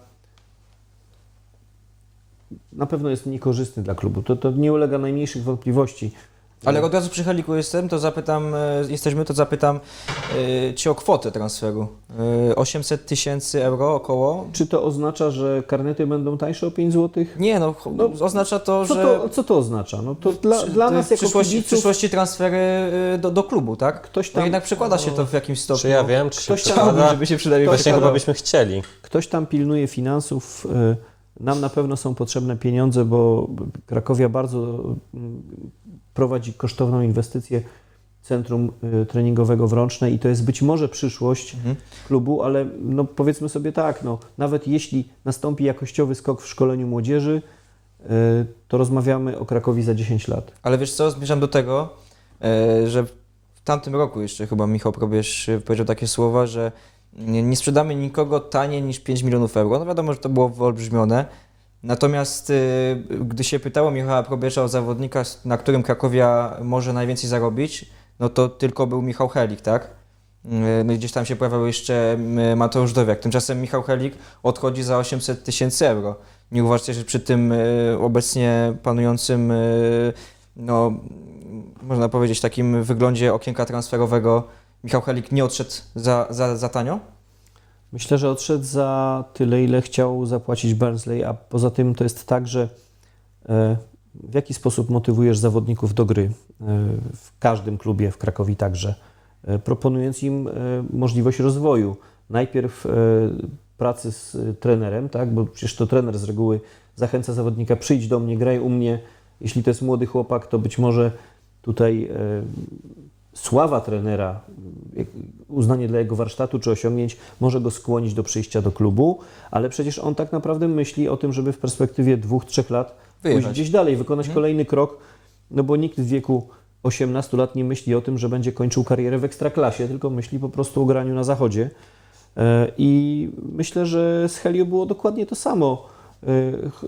na pewno jest niekorzystny dla klubu. To, to nie ulega najmniejszych wątpliwości. Ale od razu przy Heliku jestem, to zapytam, e, jesteśmy, to zapytam e, Cię o kwotę transferu. E, osiemset tysięcy euro około? Czy to oznacza, że karnety będą tańsze o pięć złotych? Nie, no, No, oznacza to, Co że to, co to oznacza? No to dla, przy- dla to nas w jako przyszłości, w kibiców przyszłości transfery e, do, do klubu, tak? ktoś No tam, jednak przekłada się to w jakimś stopniu. Czy ja wiem, czy się Ktoś tam- Chciałbym, przekłada? żeby się przynajmniej Właśnie przekładało. chyba byśmy chcieli. ktoś tam pilnuje finansów. Nam na pewno są potrzebne pieniądze, bo Krakowia bardzo prowadzi kosztowną inwestycję centrum treningowego w Rącznej i to jest być może przyszłość Mhm. klubu, ale no powiedzmy sobie tak, no, nawet jeśli nastąpi jakościowy skok w szkoleniu młodzieży, to rozmawiamy o Krakowi za dziesięć lat. Ale wiesz co, zmierzam do tego, e, że w tamtym roku jeszcze chyba Michał Probierz powiedział takie słowa, że nie, nie sprzedamy nikogo taniej niż pięć milionów euro. No wiadomo, że to było wyolbrzymione. Natomiast e, gdy się pytało Michała Probierza o zawodnika, na którym Krakowia może najwięcej zarobić, no to tylko był Michał Helik, tak? E, No i gdzieś tam się pojawiał jeszcze m, Mateusz Dowiak. Tymczasem Michał Helik odchodzi za osiemset tysięcy euro. Nie uważacie, że przy tym e, obecnie panującym, e, no, można powiedzieć, takim wyglądzie okienka transferowego Michał Helik nie odszedł za, za, za tanio? Myślę, że odszedł za tyle, ile chciał zapłacić Barnsley, a poza tym to jest tak, że e, w jaki sposób motywujesz zawodników do gry e, w każdym klubie, w Krakowi także, e, proponując im e, możliwość rozwoju. Najpierw e, pracy z e, trenerem, tak, bo przecież to trener z reguły zachęca zawodnika, przyjdź do mnie, graj u mnie. Jeśli to jest młody chłopak, to być może tutaj e, sława trenera, uznanie dla jego warsztatu czy osiągnięć może go skłonić do przyjścia do klubu, ale przecież on tak naprawdę myśli o tym, żeby w perspektywie dwóch, trzech lat Wyjechać. pójść gdzieś dalej, wykonać Mhm. kolejny krok, no bo nikt w wieku osiemnastu lat nie myśli o tym, że będzie kończył karierę w ekstraklasie, tylko myśli po prostu o graniu na zachodzie. E, I myślę, że z Helio było dokładnie to samo. E, ch-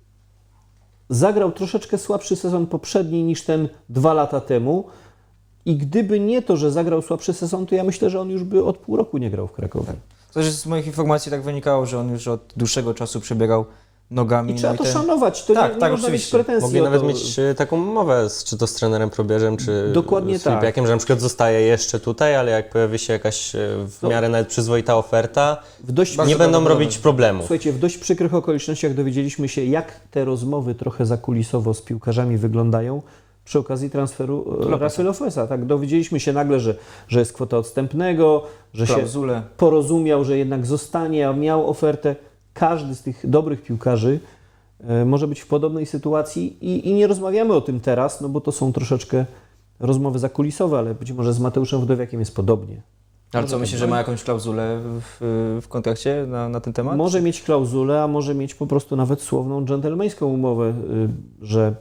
Zagrał troszeczkę słabszy sezon poprzedni niż ten dwa lata temu. I gdyby nie to, że zagrał słabszy sezon, to ja myślę, że on już by od pół roku nie grał w Krakowie. Też z moich informacji tak wynikało, że on już od dłuższego czasu przebiegał nogami. I trzeba no to ten... szanować. To Tak, nie, nie tak, można mieć oczywiście. pretensji Mogli o nawet to. mieć e, taką umowę, z, czy to z trenerem Probierzem, czy Dokładnie z tak. Filipiakiem, że na przykład zostaje jeszcze tutaj, ale jak pojawi się jakaś e, w No. miarę nawet przyzwoita oferta, W dość, Bardzo nie będą prawdopodobne. robić problemów. słuchajcie, w dość przykrych okolicznościach dowiedzieliśmy się, jak te rozmowy trochę zakulisowo z piłkarzami wyglądają przy okazji transferu Lopeza. Rafaela Lopeza. Tak, dowiedzieliśmy się nagle, że, że jest kwota odstępnego, że się Klauzule. porozumiał, że jednak zostanie, a miał ofertę. Każdy z tych dobrych piłkarzy e, może być w podobnej sytuacji i, i nie rozmawiamy o tym teraz, no bo to są troszeczkę rozmowy zakulisowe, ale być może z Mateuszem Wdowiakiem jest podobnie. Ale co, myślisz, że ma jakąś klauzulę w, w kontrakcie na, na ten temat? Może mieć klauzulę, a może mieć po prostu nawet słowną dżentelmeńską umowę, y, że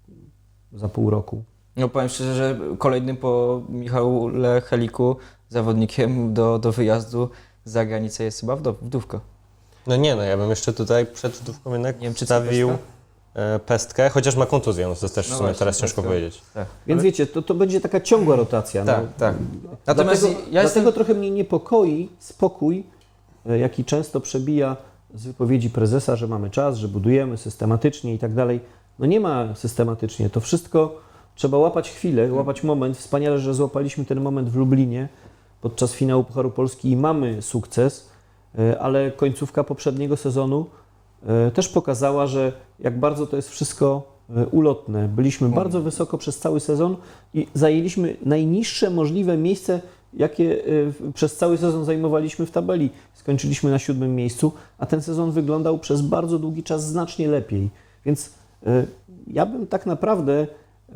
za pół roku. No powiem szczerze, że kolejnym po Michale Heliku zawodnikiem do, do wyjazdu za granicę jest chyba Wdow- Wdówka. No nie, no ja bym jeszcze tutaj przed wdówką jednak Nie wiem, czy wstawił Pestka? e, Pestkę, chociaż ma kontuzję, no to też w No sumie właśnie, teraz ciężko Pestka. powiedzieć. Tak. Więc wiecie, to, to będzie taka ciągła rotacja. Tak, no. tak. Natomiast dlatego, ja jestem... dlatego trochę mnie niepokoi spokój, e, jaki często przebija z wypowiedzi prezesa, że mamy czas, że budujemy systematycznie i tak dalej. No nie ma systematycznie. To wszystko trzeba łapać chwilę, łapać moment. Wspaniale, że złapaliśmy ten moment w Lublinie podczas finału Pucharu Polski i mamy sukces, e, ale końcówka poprzedniego sezonu e, też pokazała, że jak bardzo to jest wszystko e, ulotne. Byliśmy bardzo wysoko przez cały sezon i zajęliśmy najniższe możliwe miejsce, jakie e, przez cały sezon zajmowaliśmy w tabeli. Skończyliśmy na siódmym miejscu, a ten sezon wyglądał przez bardzo długi czas znacznie lepiej. Więc e, ja bym tak naprawdę e,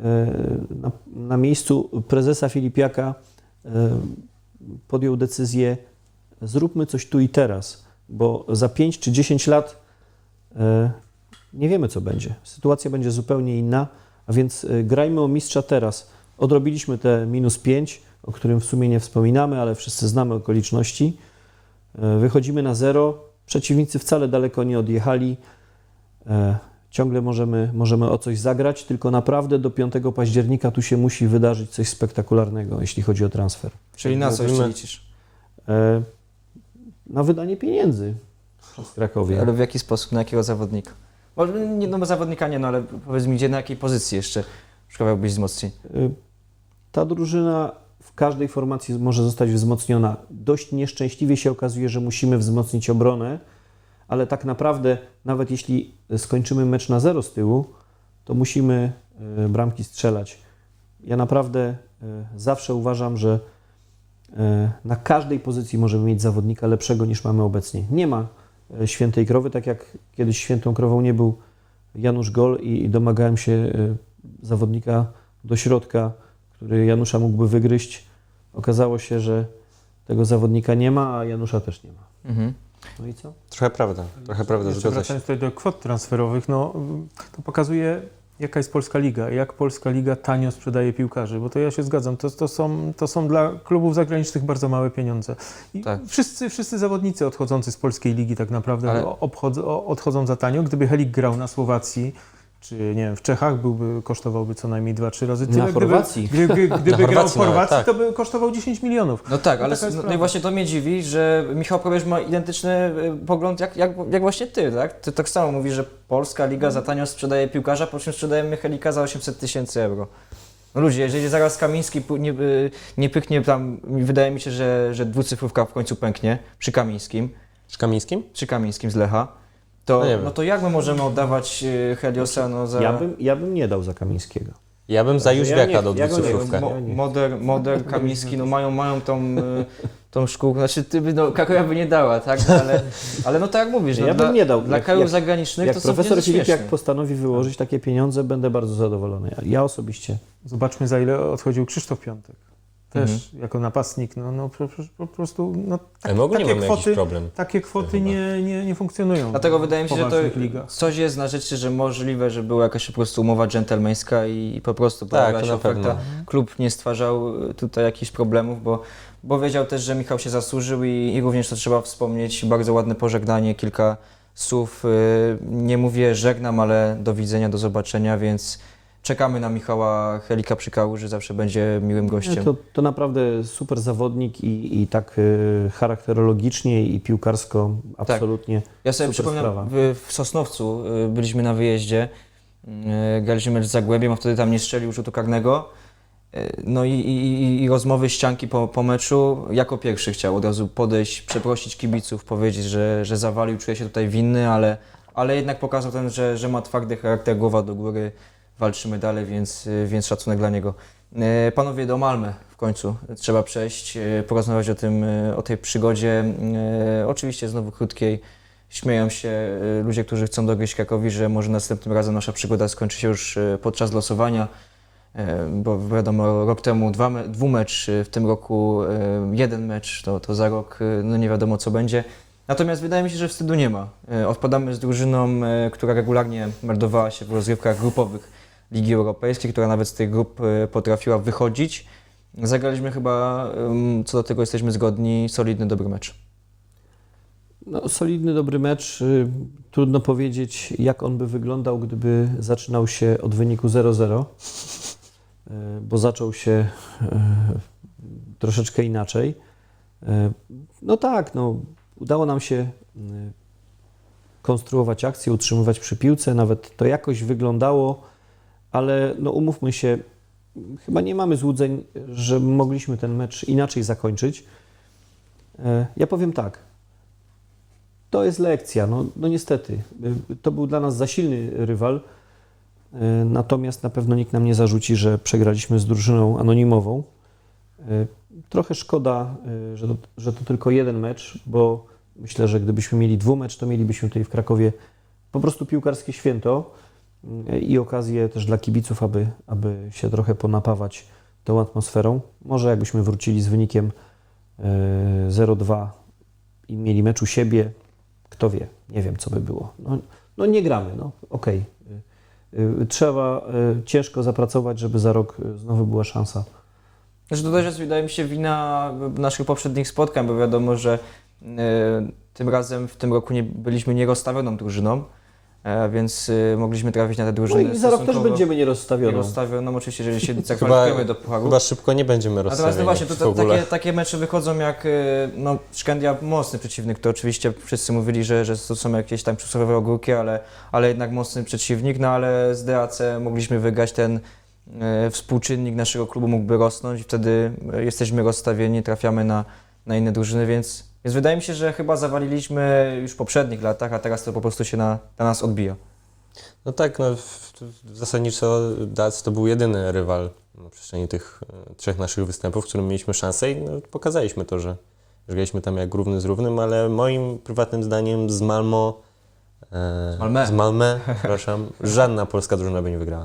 na, na miejscu prezesa Filipiaka e, podjął decyzję, zróbmy coś tu i teraz, bo za pięć czy dziesięć lat e, nie wiemy, co będzie. Sytuacja będzie zupełnie inna, a więc e, grajmy o mistrza teraz. Odrobiliśmy te minus pięć, o którym w sumie nie wspominamy, ale wszyscy znamy okoliczności. E, wychodzimy na zero, przeciwnicy wcale daleko nie odjechali. E, ciągle możemy, możemy o coś zagrać, tylko naprawdę do piątego października tu się musi wydarzyć coś spektakularnego, jeśli chodzi o transfer. Czyli na co jeszcze liczysz? E, na wydanie pieniędzy przez Krakowie. Ale w jaki sposób, na jakiego zawodnika? Może nie, no zawodnika nie, no ale powiedz mi, gdzie, na jakiej pozycji jeszcze szukałbyś wzmocnień? E, ta drużyna w każdej formacji może zostać wzmocniona. Dość nieszczęśliwie się okazuje, że musimy wzmocnić obronę, ale tak naprawdę, nawet jeśli skończymy mecz na zero z tyłu, to musimy e, bramki strzelać. Ja naprawdę e, zawsze uważam, że e, na każdej pozycji możemy mieć zawodnika lepszego niż mamy obecnie. Nie ma e, świętej krowy, tak jak kiedyś świętą krową nie był Janusz Gol i, i domagałem się e, zawodnika do środka, który Janusza mógłby wygryźć. Okazało się, że tego zawodnika nie ma, a Janusza też nie ma. Mhm. No i co? Trochę prawda, trochę prawda, Jeszcze zgodzę się. wracając tutaj do kwot transferowych, no to pokazuje, jaka jest polska liga, jak polska liga tanio sprzedaje piłkarzy, bo to ja się zgadzam, to, to, są, to są dla klubów zagranicznych bardzo małe pieniądze. I Tak. wszyscy, wszyscy zawodnicy odchodzący z polskiej ligi tak naprawdę Ale- obchodzą, odchodzą za tanio. Gdyby Helik grał na Słowacji, czy nie wiem, w Czechach, byłby, kosztowałby co najmniej dwa trzy razy tyle. Na Chorwacji. Gdyby, gdyby, gdyby Na grał w Chorwacji nawet, Chorwacji, tak. to by kosztował dziesięć milionów. No tak, ale taka jest no, no i prawda. właśnie to mnie dziwi, że Michał Probierz ma identyczny y, pogląd jak, jak, jak właśnie ty, tak? Ty tak samo mówisz, że polska liga za tanio sprzedaje piłkarza, po czym sprzedajemy Helika za osiemset tysięcy euro. No ludzie, jeżeli zaraz Kamiński pu- nie, y, nie pyknie tam, wydaje mi się, że, że dwucyfrówka w końcu pęknie przy Kamińskim, Z Kamińskim? przy Kamińskim z Lecha, to, No nie wiem. no to jak my możemy oddawać y, Heliosa no, za... Ja bym, ja bym nie dał za Kamińskiego. Ja bym za Ja Jóźwiaka nie- dał ja go nie- dwucyfrówkę. Mo, moder, moder, Kamiński, no mają, mają tą, y, tą szkółkę, znaczy ty by, no Krakowa by nie dała, tak, ale, ale no tak jak mówisz, no, Ja bym dla, nie dał. dla Jak- krajów jak- zagranicznych Jak to są profesor pieniądze Filipiak śmieszne. postanowi wyłożyć takie pieniądze, będę bardzo zadowolony. Ja osobiście. Zobaczmy, za ile odchodził Krzysztof Piątek. Też Mhm. jako napastnik, no, no po, po, po prostu no, tak, Ale my ogólnie takie mamy kwoty, jakiś problem. takie kwoty Chyba. nie, nie, nie funkcjonują. Dlatego wydaje mi się, w że to poważnych ligach. coś jest na rzeczy, że możliwe, że była jakaś po prostu umowa dżentelmeńska i po prostu pojawiła to się na oferta. pewno. Klub nie stwarzał tutaj jakichś problemów, bo, bo wiedział też, że Michał się zasłużył i, i również to trzeba wspomnieć, bardzo ładne pożegnanie, kilka słów. y, Nie mówię żegnam, ale do widzenia, do zobaczenia, więc czekamy na Michała Helika przy Kałuży, zawsze będzie miłym gościem. To, to naprawdę super zawodnik i, i tak y, charakterologicznie i piłkarsko absolutnie. Ja sobie Super przypomnę, sprawa. w, w Sosnowcu y, byliśmy na wyjeździe, y, graliśmy mecz z Zagłębiem, a wtedy tam nie strzelił rzutu karnego. Y, No i, i, i- i rozmowy ścianki po, po meczu, jako pierwszy chciał od razu podejść, przeprosić kibiców, powiedzieć, że, że zawalił, czuje się tutaj winny, ale, ale jednak pokazał ten, że, że ma twardy charakter, głowa do góry, walczymy dalej, więc, y, więc szacunek dla niego. Y, Panowie, do Malmö w końcu trzeba przejść, y, porozmawiać o tym, y, o tej przygodzie, y, oczywiście znowu krótkiej. Śmieją się y, ludzie, którzy chcą dogryźć Krakowi, że może następnym razem nasza przygoda skończy się już y, podczas losowania. Y, e, bo wiadomo, rok temu dwa me, dwumecz, w tym roku e, jeden mecz, to, to za rok e, no nie wiadomo co będzie. Natomiast wydaje mi się, że wstydu nie ma. E, odpadamy z drużyną, e, która regularnie meldowała się w rozgrywkach grupowych Ligi Europejskiej, która nawet z tych grup e, potrafiła wychodzić. Zagraliśmy chyba, e, co do tego jesteśmy zgodni, solidny, dobry mecz. No, solidny, dobry mecz. Y, Trudno powiedzieć, jak on by wyglądał, gdyby zaczynał się od wyniku zero zero, y, bo zaczął się y, troszeczkę inaczej. Y, No tak, no, udało nam się y, konstruować akcje, utrzymywać przy piłce, nawet to jakoś wyglądało, ale no, umówmy się, chyba nie mamy złudzeń, że mogliśmy ten mecz inaczej zakończyć. Y, Ja powiem tak. To jest lekcja, no, no niestety. To był dla nas za silny rywal, natomiast na pewno nikt nam nie zarzuci, że przegraliśmy z drużyną anonimową. Trochę szkoda, że to, że to tylko jeden mecz, bo myślę, że gdybyśmy mieli dwumecz, to mielibyśmy tutaj w Krakowie po prostu piłkarskie święto i okazję też dla kibiców, aby, aby się trochę ponapawać tą atmosferą. Może jakbyśmy wrócili z wynikiem zero dwa i mieli mecz u siebie, kto wie, nie wiem, co by było. No, no nie gramy, no okej. Okay. Trzeba y, ciężko zapracować, żeby za rok y, znowu była szansa. Znaczy to też jest, wydaje mi się, wina naszych poprzednich spotkań, bo wiadomo, że y, tym razem w tym roku nie, byliśmy nierozstawioną drużyną, e, więc y, mogliśmy trafić na te No drużyny i za rok też stosunkowo będziemy nierozstawioną. nierozstawioną, oczywiście, jeżeli się Chyba, zakwalifikujemy do pucharu. chyba szybko nie będziemy Natomiast rozstawieni no właśnie, to, w to, ogóle. takie, takie mecze wychodzą jak y, no, Szkędria, mocny przeciwnik, to oczywiście wszyscy mówili, że, że to są jakieś tam przysłowiowe ogórki, ale, ale jednak mocny przeciwnik, no ale z D A C mogliśmy wygrać, ten y, współczynnik naszego klubu mógłby rosnąć i wtedy y, jesteśmy rozstawieni, trafiamy na, na inne drużyny, więc, więc wydaje mi się, że chyba zawaliliśmy już w poprzednich latach, a teraz to po prostu się na, na nas odbija. No tak, no, w, w zasadniczo D A C to był jedyny rywal na przestrzeni tych e, trzech naszych występów, w którym mieliśmy szansę i no, pokazaliśmy to, że, że graliśmy tam jak równy z równym, ale moim prywatnym zdaniem z Malmo, e, Malmö. z Malmö, przepraszam, żadna polska drużyna by nie wygrała.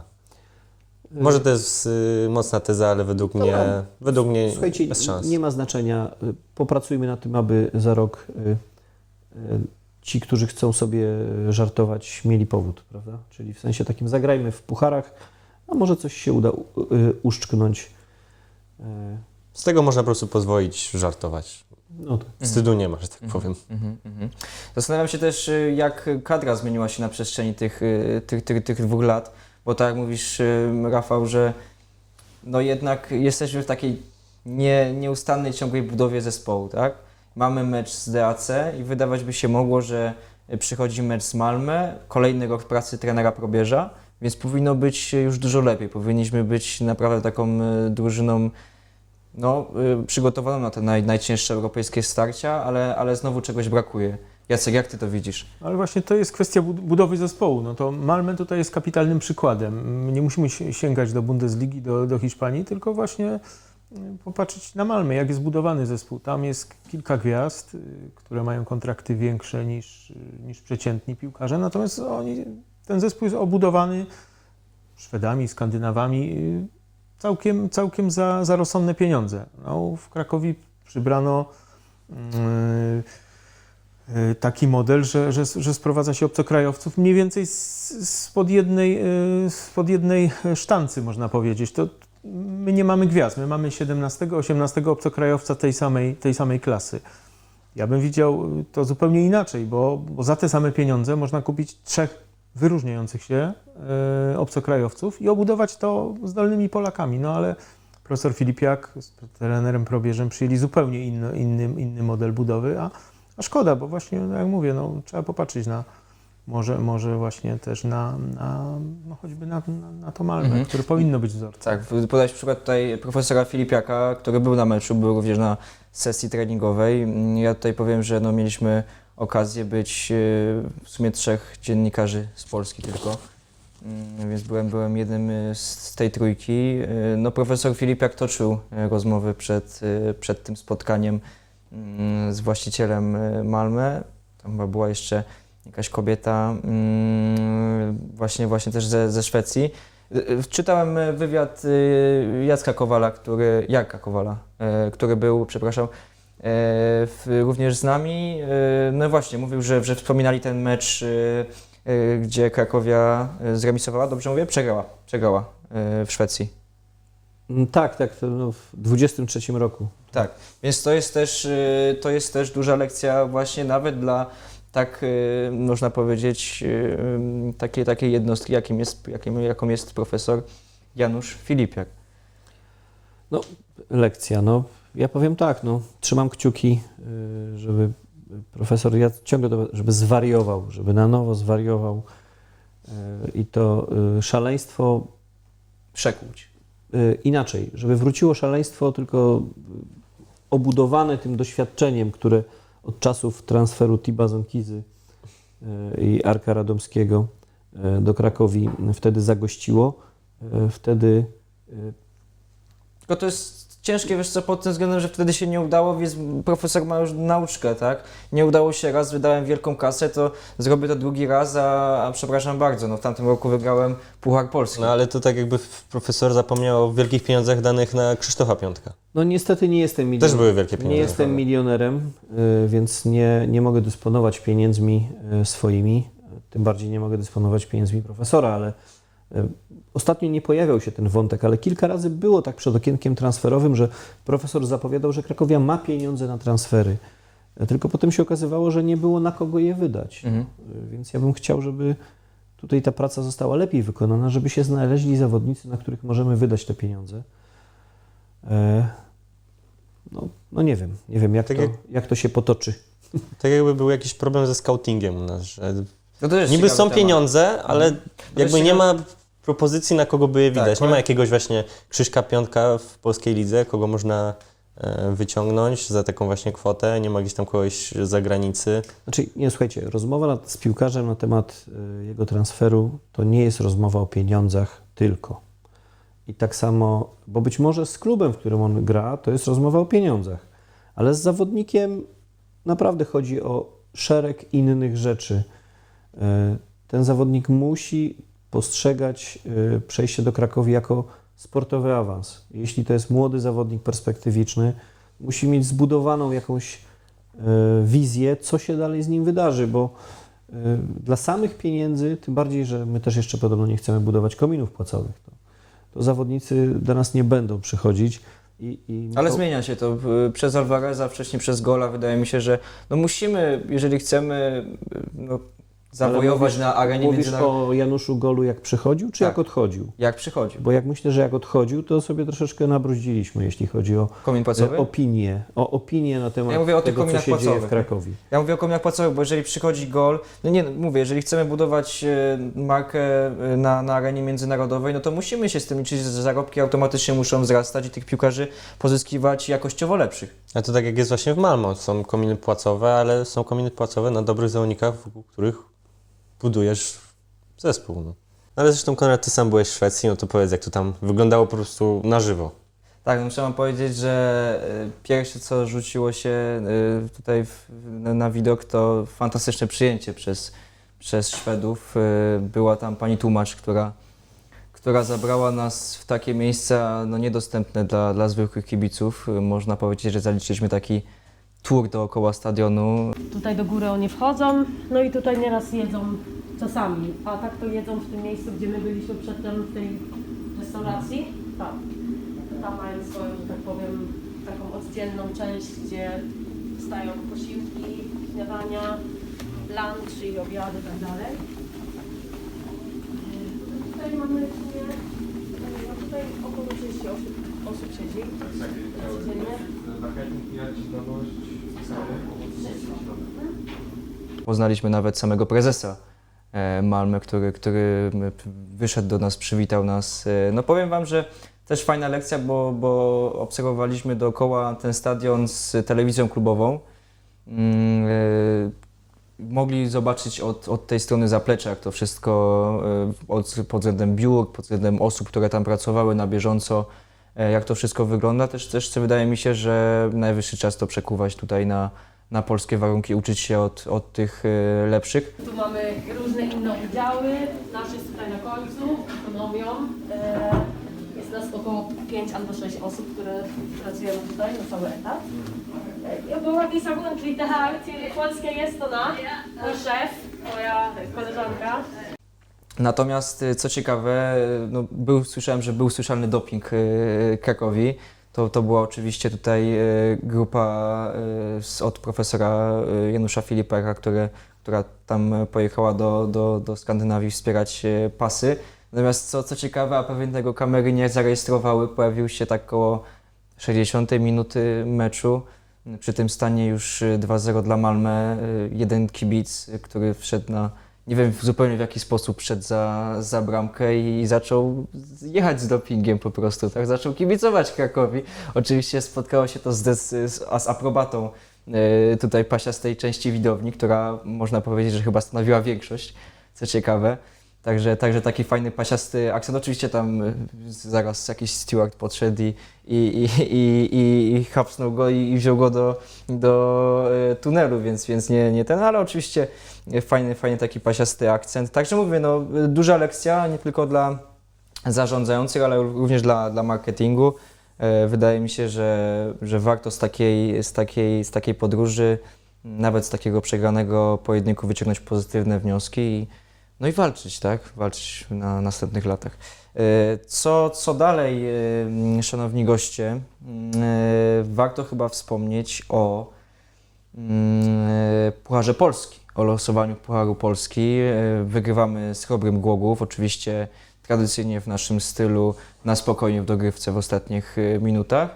Może to jest y, mocna teza, ale według mnie, Dobra. według mnie Słuchajcie, bez szans. nie ma znaczenia. Popracujmy nad tym, aby za rok y, y, ci, którzy chcą sobie żartować, mieli powód, prawda? Czyli w sensie takim zagrajmy w pucharach, a może coś się uda u, y, uszczknąć. Y, Z tego można po prostu pozwolić żartować. No to. Wstydu nie ma, że tak powiem. Mhm, mhm. Zastanawiam się też, y, jak kadra zmieniła się na przestrzeni tych, y, tych, tych, tych dwóch lat, bo tak jak mówisz, y, Rafał, że no jednak jesteśmy w takiej nie, nieustannej, ciągłej budowie zespołu, tak? Mamy mecz z D A C i wydawać by się mogło, że przychodzi mecz z Malmö, kolejny rok pracy trenera Probierza, więc powinno być już dużo lepiej. Powinniśmy być naprawdę taką y, drużyną no, y, przygotowaną na te naj, najcięższe europejskie starcia, ale, ale znowu czegoś brakuje. Jacek, jak ty to widzisz? Ale właśnie to jest kwestia bud- budowy zespołu. No to Malmö tutaj jest kapitalnym przykładem. Nie musimy si- sięgać do Bundesligi, do, do Hiszpanii, tylko właśnie y, popatrzeć na Malmö, jak jest budowany zespół. Tam jest kilka gwiazd, y, które mają kontrakty większe niż, y, niż przeciętni piłkarze, natomiast oni, ten zespół jest obudowany Szwedami, Skandynawami y, całkiem, całkiem za, za rozsądne pieniądze. No, w Krakowie przybrano y, taki model, że, że, że sprowadza się obcokrajowców mniej więcej spod jednej, spod jednej sztancy, można powiedzieć. To my nie mamy gwiazd, my mamy siedemnastego, osiemnastego obcokrajowca tej samej, tej samej klasy. Ja bym widział to zupełnie inaczej, bo, bo za te same pieniądze można kupić trzech wyróżniających się e, obcokrajowców i obudować to zdolnymi Polakami. No ale profesor Filipiak z trenerem Probierzem przyjęli zupełnie inny, inny, inny model budowy, a A szkoda, bo właśnie, jak mówię, no, trzeba popatrzeć na, może, może właśnie też na, na no, choćby na, na, na to Malmö, Mhm. które powinno być wzorcem. Tak, podać przykład tutaj profesora Filipiaka, który był na meczu, był również na sesji treningowej. Ja tutaj powiem, że no, mieliśmy okazję być e, w sumie trzech dziennikarzy z Polski tylko, Mm, więc byłem, byłem jednym e, z tej trójki. E, No, profesor Filipiak toczył e, rozmowy przed, e, przed tym spotkaniem mm, z właścicielem e, Malmö. Tam chyba była jeszcze jakaś kobieta mm, właśnie, właśnie też ze, ze Szwecji. Y, y, Czytałem y, wywiad y, Jacka Kowala, który, Jarka Kowala, y, który był, przepraszam, y, w, również z nami. Y, No właśnie, mówił, że, że wspominali ten mecz, y, y, gdzie Krakowia y, zremisowała, dobrze mówię? Przegrała, przegrała y, w Szwecji. Mm, Tak, tak, to no, w dwudziestym trzecim roku. Tak, więc to jest też, y, to jest też duża lekcja właśnie nawet dla tak, y, można powiedzieć, y, y, takiej, takiej jednostki, jakim jest, jakim, jaką jest profesor Janusz Filipiak. Lekcja, no ja powiem tak, no trzymam kciuki, y, żeby profesor, ja ciągle to, żeby zwariował, żeby na nowo zwariował y, i to y, szaleństwo Przekłuć. y, inaczej, żeby wróciło szaleństwo tylko y, obudowane tym doświadczeniem, które od czasów transferu Tiba Zonkizy y, i Arka Radomskiego y, do Krakowi wtedy zagościło, y, wtedy y, Tylko to jest ciężkie, wiesz co, pod tym względem, że wtedy się nie udało, więc profesor ma już nauczkę, tak? Nie udało się raz, wydałem wielką kasę, to zrobię to drugi raz, a, a przepraszam bardzo, no w tamtym roku wygrałem Puchar Polski. No ale to tak jakby profesor zapomniał o wielkich pieniądzach danych na Krzysztofa Piątka. No niestety nie jestem milionerem. Też były wielkie pieniądze. Nie jestem milionerem, y, więc nie, nie mogę dysponować pieniędzmi y, swoimi. Tym bardziej nie mogę dysponować pieniędzmi profesora, ale y, ostatnio nie pojawiał się ten wątek, ale kilka razy było tak przed okienkiem transferowym, że profesor zapowiadał, że Krakowia ma pieniądze na transfery. Y, Tylko potem się okazywało, że nie było na kogo je wydać. Mhm. Y, Więc ja bym chciał, żeby tutaj ta praca została lepiej wykonana, żeby się znaleźli zawodnicy, na których możemy wydać te pieniądze. E, No, no nie wiem, nie wiem jak, Tak to, jak- jak to się potoczy. Tak jakby był jakiś problem ze scoutingiem u nas, że No to jest niby ciekawy są temat. pieniądze, ale jest jakby nie ciekawe- ma propozycji, na kogo by je widać. Tak, nie ma ale- jakiegoś właśnie Krzyśka Piątka w polskiej lidze, kogo można e, wyciągnąć za taką właśnie kwotę. Nie ma gdzieś tam kogoś z zagranicy. Znaczy, nie, słuchajcie, rozmowa na, z piłkarzem na temat y, jego transferu to nie jest rozmowa o pieniądzach tylko. I tak samo, bo być może z klubem, w którym on gra, to jest rozmowa o pieniądzach, ale z zawodnikiem naprawdę chodzi o szereg innych rzeczy. Y, Ten zawodnik musi postrzegać y, przejście do Krakowi jako sportowy awans. Jeśli to jest młody zawodnik perspektywiczny, musi mieć zbudowaną jakąś y, wizję, co się dalej z nim wydarzy, bo y, dla samych pieniędzy, tym bardziej, że my też jeszcze podobno nie chcemy budować kominów płacowych, to, to zawodnicy do nas nie będą przychodzić. I, i Ale to, zmienia się to y, przez Alvareza, wcześniej przez Gola. Wydaje mi się, że no musimy, jeżeli chcemy y, no, zawojować mówisz- na arenie Mówisz międzynarodowej. o Januszu Golu, jak przychodził, czy Tak. jak odchodził? Jak przychodzi? Bo jak myślę, że jak odchodził, to sobie troszeczkę nabruździliśmy, jeśli chodzi o Komin płacowy? e, opinię, o opinię na temat Ja mówię o tych tego, co kominach się dzieje płacowych. w Krakowie. Ja mówię o kominach płacowych, bo jeżeli przychodzi gol, no nie, no mówię, jeżeli chcemy budować e, markę e, na, na arenie międzynarodowej, no to musimy się z tym liczyć, że zarobki automatycznie muszą wzrastać i tych piłkarzy pozyskiwać jakościowo lepszych. A to tak jak jest właśnie w Malmo. Są kominy płacowe, ale są kominy płacowe na dobrych zawodnikach, wokół których budujesz zespół. No. Ale zresztą Konrad, ty sam byłeś w Szwecji, no to powiedz, jak to tam wyglądało po prostu na żywo. Tak, no muszę wam powiedzieć, że y, pierwsze co rzuciło się y, tutaj w, na, na widok to fantastyczne przyjęcie przez, przez Szwedów. Y, była tam pani tłumacz, która, która zabrała nas w takie miejsca no, niedostępne dla, dla zwykłych kibiców. Y, można powiedzieć, że zaliczyliśmy taki tour dookoła stadionu. Tutaj do góry oni wchodzą, no i tutaj nieraz jedzą czasami, a tak to jedzą w tym miejscu, gdzie my byliśmy przedtem w tej restauracji. Tak. Tam mają swoją, że tak powiem, taką oddzielną część, gdzie stają posiłki, śniadania, lunch i obiady i tak dalej. Yy, Tutaj mamy w sumie, yy, no tutaj około trzydzieści osób, osób siedzi codziennie. Poznaliśmy nawet samego prezesa e, Malmö, który, który m, p- wyszedł do nas, przywitał nas. E, No powiem wam, że też fajna lekcja, bo, bo obserwowaliśmy dookoła ten stadion z telewizją klubową. Mm, e, Mogli zobaczyć od, od tej strony zaplecza, jak to wszystko e, od, pod względem biur, pod względem osób, które tam pracowały na bieżąco, e, jak to wszystko wygląda. Też, też wydaje mi się, że najwyższy czas to przekuwać tutaj na, na polskie warunki, uczyć się od, od tych e, lepszych. Tu mamy różne inne oddziały, nasz jest tutaj na końcu, ekonomią. E, jest nas około pięć albo sześć osób, które pracujemy tutaj na cały etat. Ja byłam pisarką, czyli te akcje polskie jest to na mój szef, moja koleżanka. Natomiast e, co ciekawe, e, no, był, słyszałem, że był słyszalny doping e, Krakowi. To, to była oczywiście tutaj e, grupa e, z, od profesora e, Janusza Filipera, które, która tam pojechała do, do, do Skandynawii wspierać e, pasy. Natomiast co, co ciekawe, a pewnie tego kamery nie zarejestrowały, pojawił się tak około sześćdziesiątej minuty meczu. Przy tym stanie już dwa zero dla Malmö, e, jeden kibic, e, który wszedł na, nie wiem zupełnie w jaki sposób wszedł za, za bramkę i zaczął jechać z dopingiem po prostu, tak? Zaczął kibicować Krakowi. Oczywiście spotkało się to z, z, z aprobatą e, tutaj pasiastej części widowni, która można powiedzieć, że chyba stanowiła większość, co ciekawe. Także, także taki fajny pasiasty akcent. Oczywiście tam e, zaraz jakiś steward podszedł i, i, i, i, i, i hapsnął go i, i wziął go do, do e, tunelu, więc, więc nie, nie ten, ale oczywiście fajny, fajny taki pasiasty akcent. Także mówię, no, duża lekcja, nie tylko dla zarządzających, ale również dla, dla marketingu. E, wydaje mi się, że, że warto z takiej, z, takiej, z takiej podróży, nawet z takiego przegranego pojedynku wyciągnąć pozytywne wnioski i, no i walczyć, tak? Walczyć na następnych latach. E, co, co dalej, e, szanowni goście? E, warto chyba wspomnieć o e, Pucharze Polski. O losowaniu Pucharu Polski. Wygrywamy z Chrobrym Głogów, oczywiście tradycyjnie w naszym stylu, na spokojnie w dogrywce w ostatnich minutach.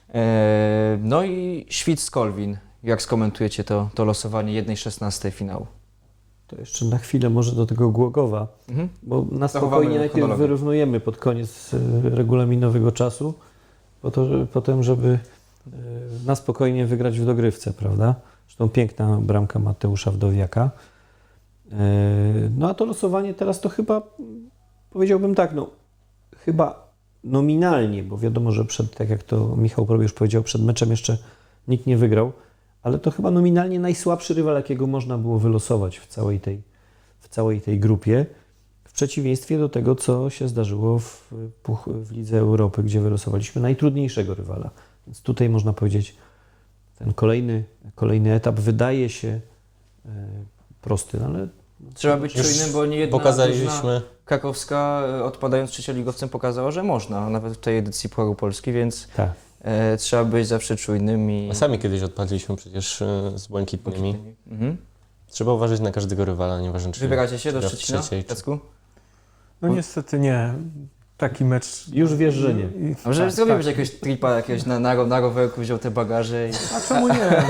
No i Świt z Kolwin. Jak skomentujecie to, to losowanie jednej szesnastej finału? To jeszcze na chwilę może do tego Głogowa, Mhm. bo na Zachowamy spokojnie najpierw chronologię. wyrównujemy pod koniec e, regulaminowego czasu, po to, że, potem żeby e, na spokojnie wygrać w dogrywce, prawda? Zresztą piękna bramka Mateusza Wdowiaka. E, no a to losowanie teraz to chyba, powiedziałbym tak, no chyba nominalnie, bo wiadomo, że przed, tak jak to Michał Probierz powiedział, przed meczem jeszcze nikt nie wygrał, ale to chyba nominalnie najsłabszy rywal, jakiego można było wylosować w całej tej, w całej tej grupie, w przeciwieństwie do tego, co się zdarzyło w, Puch- w Lidze Europy, gdzie wylosowaliśmy najtrudniejszego rywala. Więc tutaj można powiedzieć, ten kolejny, kolejny etap wydaje się e, prosty, ale Trzeba być Już czujnym, bo nie jedna drużyna Pokazaliśmy, krakowska, e, odpadając trzecioligowcem, pokazała, że można, nawet w tej edycji Pucharu Polski, więc tak. e, trzeba być zawsze czujnym i... a sami kiedyś odpadliśmy przecież e, z błękitnymi. Mhm. Trzeba uważać na każdego rywala, nieważne czy... Wybieracie się do gra w Szczecina, trzeciej, czy- Jacku? No niestety nie. Taki mecz... Już wiesz, że nie. I- A może tak, zrobimy tak. jakiegoś tripa, jakiegoś na, na, na rowerku, wziął te bagaże i... A czemu nie?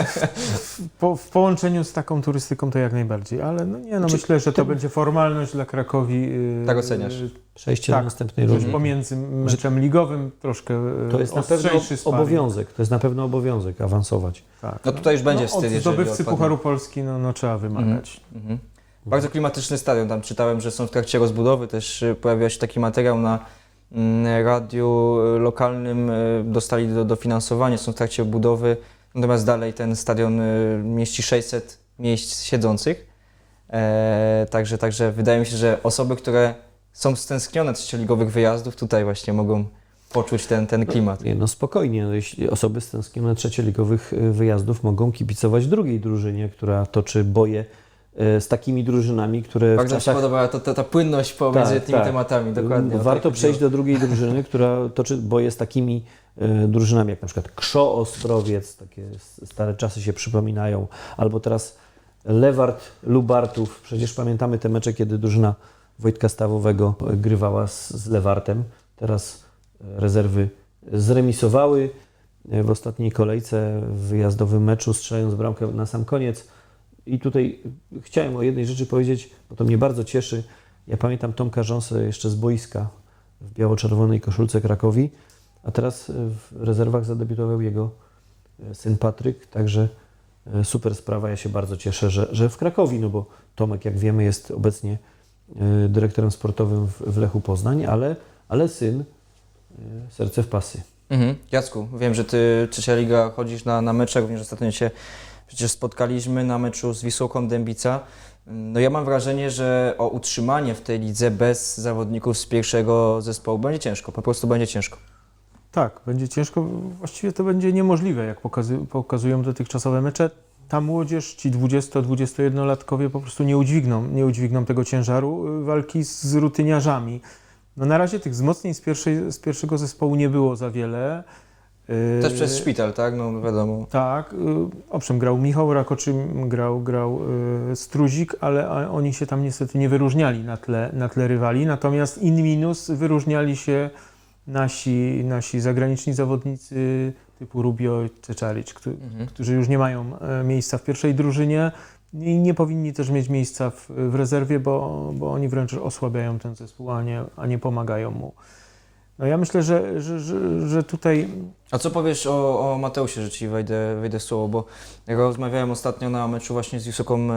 W, po, w połączeniu z taką turystyką to jak najbardziej, ale no nie, no Czy myślę, że to to- będzie formalność dla Krakowi. Yy, Tak oceniasz? Przejście Tak. do następnej Już rundy. pomiędzy meczem ligowym troszkę yy, To jest na pewno ostrzejszy sparring. obowiązek, to jest na pewno obowiązek awansować. Tak. No tutaj już będzie no, wstyd, od jeżeli zdobywcy odpadnie. Pucharu Polski no, no trzeba wymagać. Mhm. Bardzo klimatyczny stadion, tam czytałem, że są w trakcie rozbudowy, też y, pojawił się taki materiał na mm, radiu y, lokalnym, y, dostali do, dofinansowanie, są w trakcie budowy, natomiast dalej ten stadion y, mieści sześćset miejsc siedzących, e, także, także wydaje mi się, że osoby, które są stęsknione trzecioligowych wyjazdów, tutaj właśnie mogą poczuć ten, ten klimat. Nie, no spokojnie, no, jeśli osoby stęsknione trzecioligowych y, wyjazdów mogą kibicować drugiej drużynie, która toczy boje y, z takimi drużynami, które w Bardzo mi się czasach... podobała ta, ta, ta płynność pomiędzy Tak, tymi tak. tematami, dokładnie. o to Warto chodziło. przejść do drugiej drużyny, która toczy boje z takimi y, drużynami, jak na przykład Krzoo Ostrowiec, takie s- stare czasy się przypominają, albo teraz Lewart Lubartów. Przecież pamiętamy te mecze, kiedy drużyna Wojtka Stawowego grywała z, z Lewartem. Teraz y, rezerwy zremisowały y, w ostatniej kolejce w wyjazdowym meczu, strzelając bramkę na sam koniec. I tutaj chciałem o jednej rzeczy powiedzieć, bo to mnie bardzo cieszy. Ja pamiętam Tomka Rząsę jeszcze z boiska w biało-czerwonej koszulce Krakowi, a teraz w rezerwach zadebiutował jego syn Patryk, także super sprawa. Ja się bardzo cieszę, że, że w Krakowi, no bo Tomek, jak wiemy, jest obecnie dyrektorem sportowym w, w Lechu Poznań, ale, ale syn serce w pasy. Mhm. Jacku, wiem, że Ty trzecia liga chodzisz na, na mecze, również ostatnio Cię przecież spotkaliśmy na meczu z Wisłą Dębica. No ja mam wrażenie, że o utrzymanie w tej lidze bez zawodników z pierwszego zespołu będzie ciężko, po prostu będzie ciężko. Tak, będzie ciężko, właściwie to będzie niemożliwe, jak pokazu- pokazują dotychczasowe mecze. Ta młodzież, ci dwudziesto-dwudziestojednolatkowie po prostu nie udźwigną, nie udźwigną tego ciężaru y, walki z rutyniarzami. No na razie tych wzmocnień z, pierwszej, z pierwszego zespołu nie było za wiele. Y, Też przez szpital, tak? No wiadomo. Tak, y, owszem, grał Michał Rakoczym, grał, grał y, Struzik, ale a, oni się tam niestety nie wyróżniali na tle, na tle rywali. Natomiast in minus wyróżniali się nasi, nasi zagraniczni zawodnicy typu Rubio i Czeczaric, którzy, Mhm. którzy już nie mają e, miejsca w pierwszej drużynie i nie powinni też mieć miejsca w, w rezerwie, bo, bo oni wręcz osłabiają ten zespół, a nie, a nie pomagają mu. No ja myślę, że, że, że, że tutaj A co powiesz o, o Mateusie, że ci wejdę, wejdę w słowo, bo ja rozmawiałem ostatnio na meczu właśnie z Wisłoką, e,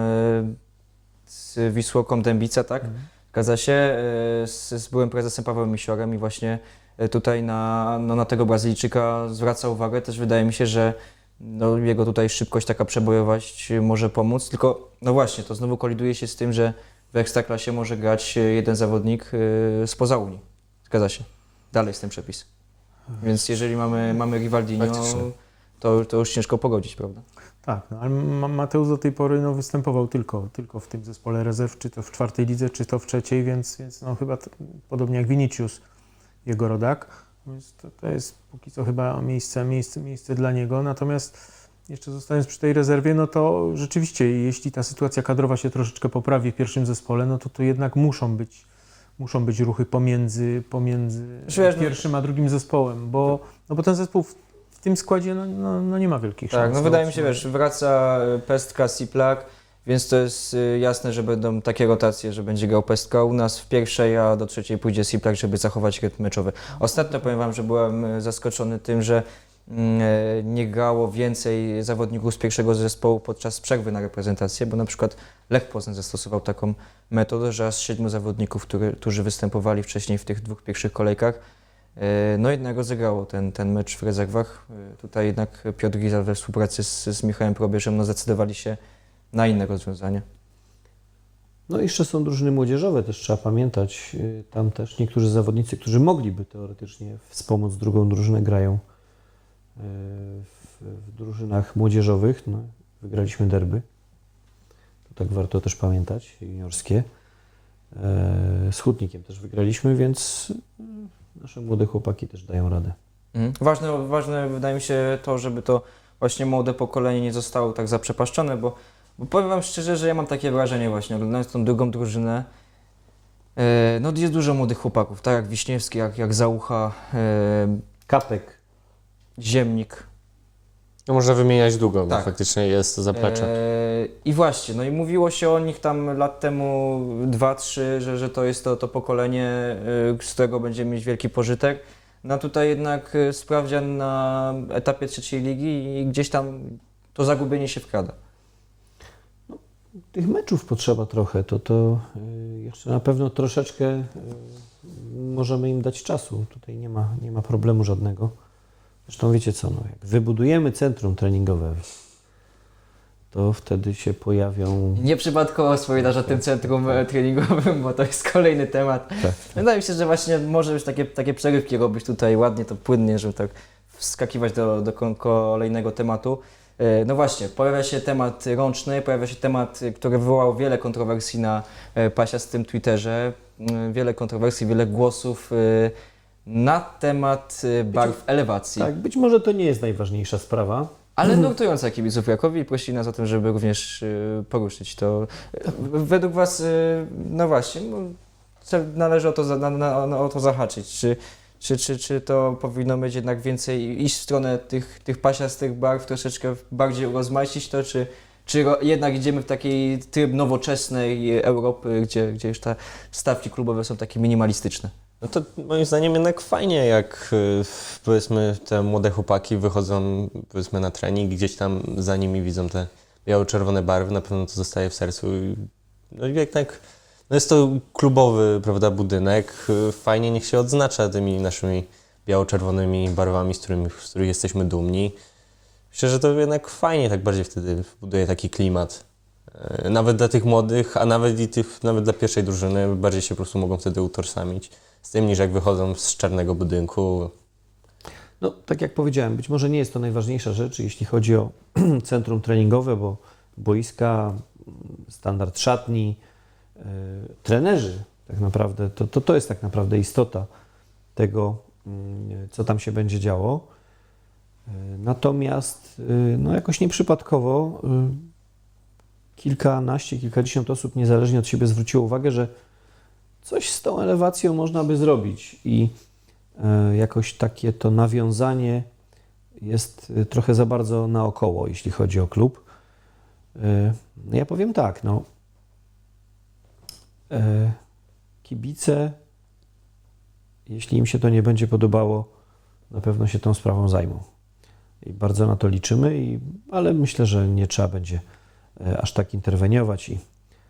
z Wisłoką Dębica, tak? Zgadza się, e, z, z byłym prezesem Pawłem Misiorem i właśnie e, tutaj na, no, na tego Brazylijczyka zwraca uwagę. Też wydaje mi się, że no, jego tutaj szybkość, taka przebojowość może pomóc, tylko no właśnie, to znowu koliduje się z tym, że w Ekstraklasie może grać jeden zawodnik e, spoza Unii. Zgadza się. Dalej jest ten przepis. Więc jeżeli mamy, mamy Rivaldinho, Faktycznie. to, to już ciężko pogodzić, prawda? tak, no, ale Ma- Mateusz do tej pory no, występował tylko, tylko w tym zespole rezerw, czy to w czwartej lidze, czy to w trzeciej, więc, więc no, chyba t- podobnie jak Vinicius, jego rodak, więc to, to jest póki co chyba miejsce, miejsce, miejsce dla niego. Natomiast jeszcze zostając przy tej rezerwie, no to rzeczywiście, jeśli ta sytuacja kadrowa się troszeczkę poprawi w pierwszym zespole, no to to jednak muszą być, muszą być ruchy pomiędzy, pomiędzy Wiesz, no- pierwszym a drugim zespołem, bo, no bo ten zespół w, w tym składzie no, no, no nie ma wielkich szans. Tak, no na wydaje mi się, utrzymanie. wiesz, wraca Pestka, Siplak, więc to jest y, jasne, że będą takie rotacje, że będzie grał Pestka u nas w pierwszej, a do trzeciej pójdzie Siplak, żeby zachować rytm meczowy. Ostatnio powiem Wam, że byłem y, zaskoczony tym, że y, nie grało więcej zawodników z pierwszego zespołu podczas przerwy na reprezentację, bo na przykład Lech Poznań zastosował taką metodę, że aż siedmiu zawodników, który, którzy występowali wcześniej w tych dwóch pierwszych kolejkach, e, no jednak rozegrało ten, ten mecz w rezerwach. E, Tutaj jednak Piotr Giza we współpracy z, z Michałem Probierzem no zdecydowali się na inne rozwiązanie. No i jeszcze są drużyny młodzieżowe, też trzeba pamiętać. Y, Tam też niektórzy zawodnicy, którzy mogliby teoretycznie wspomóc drugą drużynę, grają y, w, w drużynach młodzieżowych. No, wygraliśmy derby. To tak warto też pamiętać, juniorskie. E, Z Hutnikiem też wygraliśmy, więc y, nasze młode chłopaki też dają radę. Mhm. Ważne, ważne wydaje mi się to, żeby to właśnie młode pokolenie nie zostało tak zaprzepaszczone, bo, bo powiem Wam szczerze, że ja mam takie wrażenie właśnie, oglądając tą drugą drużynę, e, no jest dużo młodych chłopaków, tak jak Wiśniewski, jak, jak Załucha, e, Kapek. Ziemnik. No można wymieniać długo, bo Tak. faktycznie jest zaplecze. E, I właśnie, no i mówiło się o nich tam lat temu dwa, trzy, że, że to jest to, to pokolenie, e, z którego będziemy mieć wielki pożytek. No tutaj jednak e, sprawdzian na etapie trzeciej ligi i gdzieś tam to zagubienie się wkrada. Tych meczów potrzeba trochę, to, to y, jeszcze na pewno troszeczkę y, możemy im dać czasu. Tutaj nie ma, nie ma problemu żadnego. Zresztą wiecie co, no, jak wybudujemy centrum treningowe, to wtedy się pojawią... Nieprzypadkowo wspominasz o tym centrum e, treningowym, bo to jest kolejny temat. Tak. Wydaje mi się, że właśnie może już takie, takie przerywki robić tutaj ładnie, to płynnie, żeby tak wskakiwać do, do kon- kolejnego tematu. E, No właśnie, pojawia się temat rączny, pojawia się temat, y, który wywołał wiele kontrowersji na e, pasiastym Twitterze, y, wiele kontrowersji, wiele głosów y, na temat y, barw elewacji. Tak, być może to nie jest najważniejsza sprawa. Ale nurtująca kibiców Rakowi i prosili nas o tym, żeby również y, poruszyć to. Y, Według Was, y, no właśnie, no, co- należy o to, za, na, na, na, o to zahaczyć. Czy, czy, czy, czy to powinno być jednak więcej, iść w stronę tych, tych pasiastych barw, troszeczkę bardziej urozmaicić to, czy, czy ro, jednak idziemy w taki tryb nowoczesnej Europy, gdzie, gdzie już te stawki klubowe są takie minimalistyczne? No to moim zdaniem jednak fajnie, jak y, powiedzmy te młode chłopaki wychodzą powiedzmy na trening i gdzieś tam za nimi widzą te biało-czerwone barwy, na pewno to zostaje w sercu. I, no i jednak no jest to klubowy, prawda, budynek, y, fajnie niech się odznacza tymi naszymi biało-czerwonymi barwami, z, którymi, z których jesteśmy dumni. Myślę, że to jednak fajnie tak bardziej wtedy buduje taki klimat. E, Nawet dla tych młodych, a nawet i tych, nawet dla pierwszej drużyny bardziej się po prostu mogą wtedy utożsamić z tym, niż jak wychodzą z czarnego budynku. No, tak jak powiedziałem, być może nie jest to najważniejsza rzecz, jeśli chodzi o centrum treningowe, bo boiska, standard szatni, yy, trenerzy tak naprawdę, to, to, to jest tak naprawdę istota tego, yy, co tam się będzie działo. Yy, natomiast yy, no, jakoś nieprzypadkowo yy, kilkanaście, kilkadziesiąt osób niezależnie od siebie zwróciło uwagę, że coś z tą elewacją można by zrobić i e, jakoś takie to nawiązanie jest e, trochę za bardzo naokoło, jeśli chodzi o klub. E, no ja powiem tak, no e, kibice, jeśli im się to nie będzie podobało, na pewno się tą sprawą zajmą. I bardzo na to liczymy, i, ale myślę, że nie trzeba będzie e, aż tak interweniować i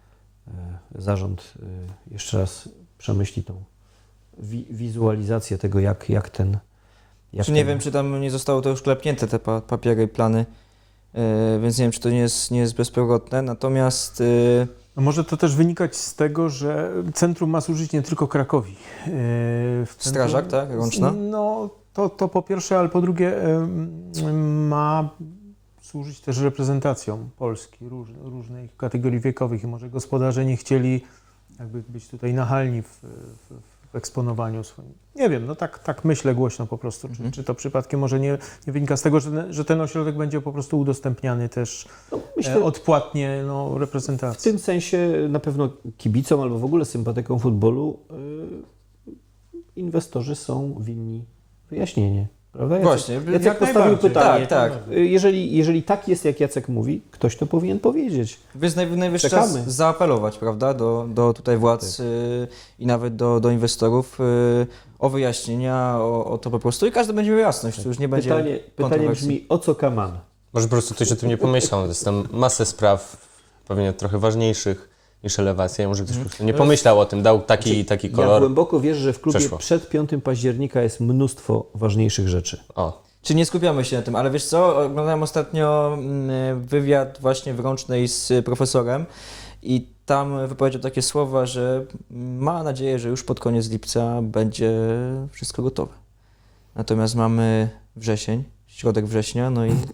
zarząd jeszcze raz przemyśli tą wi- wizualizację tego, jak, jak ten... Jak Czy nie ten... wiem, czy tam nie zostało to już klepnięte, te pa- papiery i plany, yy, więc nie wiem, czy to nie jest, nie jest bezpowrotne, natomiast... Yy, No może to też wynikać z tego, że centrum ma służyć nie tylko Krakowi. Yy, w centrum- Strażak, tak? Rączna? No, to, to po pierwsze, ale po drugie yy, ma służyć też reprezentacjom Polski, róż, różnych kategorii wiekowych i może gospodarze nie chcieli jakby być tutaj nachalni w, w, w eksponowaniu swoim. Nie wiem, no tak, tak myślę głośno po prostu, czy, Mhm. czy to przypadkiem może nie, nie wynika z tego, że, że ten ośrodek będzie po prostu udostępniany też No, e, myślę, odpłatnie no, w reprezentacji. tym sensie na pewno kibicom albo w ogóle sympatykom futbolu yy, inwestorzy są winni wyjaśnienie. Prawda? Jacek, Właśnie, Jacek jak postawił najbardziej. pytanie. Tak, tak. Y, Jeżeli, jeżeli tak jest, jak Jacek mówi, ktoś to powinien powiedzieć. Więc naj, najwyższy Czekamy. czas zaapelować, prawda, do, do tutaj władz yy, i nawet do, do inwestorów yy, o wyjaśnienia, o, o to po prostu i każdy będzie miał jasność, to już nie będzie Pytanie, pytanie kontrowersji. brzmi, o co kaman? Może po prostu ktoś o tym nie pomyślał. Jest tam masę spraw, pewnie trochę ważniejszych niż elewacja. Może ktoś po prostu nie pomyślał o tym, dał taki i taki Ja kolor. głęboko wierzę, że w klubie Przeszło. przed piątego października jest mnóstwo ważniejszych rzeczy. O, Czy nie skupiamy się na tym, ale wiesz co, oglądałem ostatnio mm, wywiad właśnie w Rącznej z profesorem i tam wypowiedział takie słowa, że ma nadzieję, że już pod koniec lipca będzie wszystko gotowe. Natomiast mamy wrzesień, środek września, no i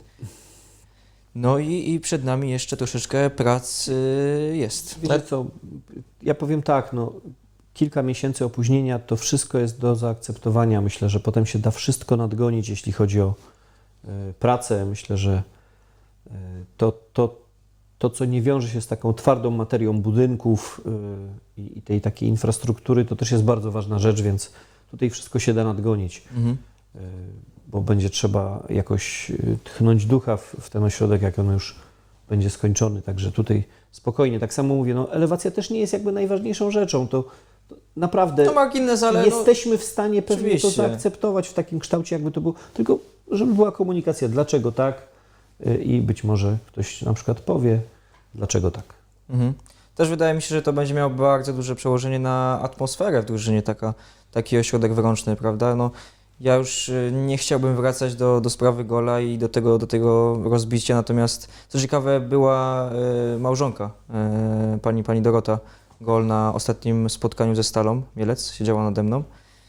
no i, i przed nami jeszcze troszeczkę prac y, jest. Wiecie co, ja powiem tak, no, kilka miesięcy opóźnienia to wszystko jest do zaakceptowania. Myślę, że potem się da wszystko nadgonić, jeśli chodzi o y, pracę. Myślę, że y, to, to, to, co nie wiąże się z taką twardą materią budynków y, i tej takiej infrastruktury, to też jest bardzo ważna rzecz, więc tutaj wszystko się da nadgonić. Mhm. Y, bo będzie trzeba jakoś y, tchnąć ducha w, w ten ośrodek, jak on już będzie skończony. Także tutaj spokojnie. Tak samo mówię, no elewacja też nie jest jakby najważniejszą rzeczą. To, to naprawdę To margines, ale no, jesteśmy w stanie pewnie to oczywiście. zaakceptować w takim kształcie, jakby to było. Tylko żeby była komunikacja, dlaczego tak y, i być może ktoś na przykład powie, dlaczego tak. Mhm. Też wydaje mi się, że to będzie miało bardzo duże przełożenie na atmosferę w drużynie, taka, taki ośrodek wyrączny, prawda? No, ja już y, nie chciałbym wracać do, do sprawy gola i do tego, do tego rozbicia, natomiast co ciekawe była y, małżonka, y, pani, pani Dorota Gol na ostatnim spotkaniu ze Stalą Mielec, siedziała nade mną,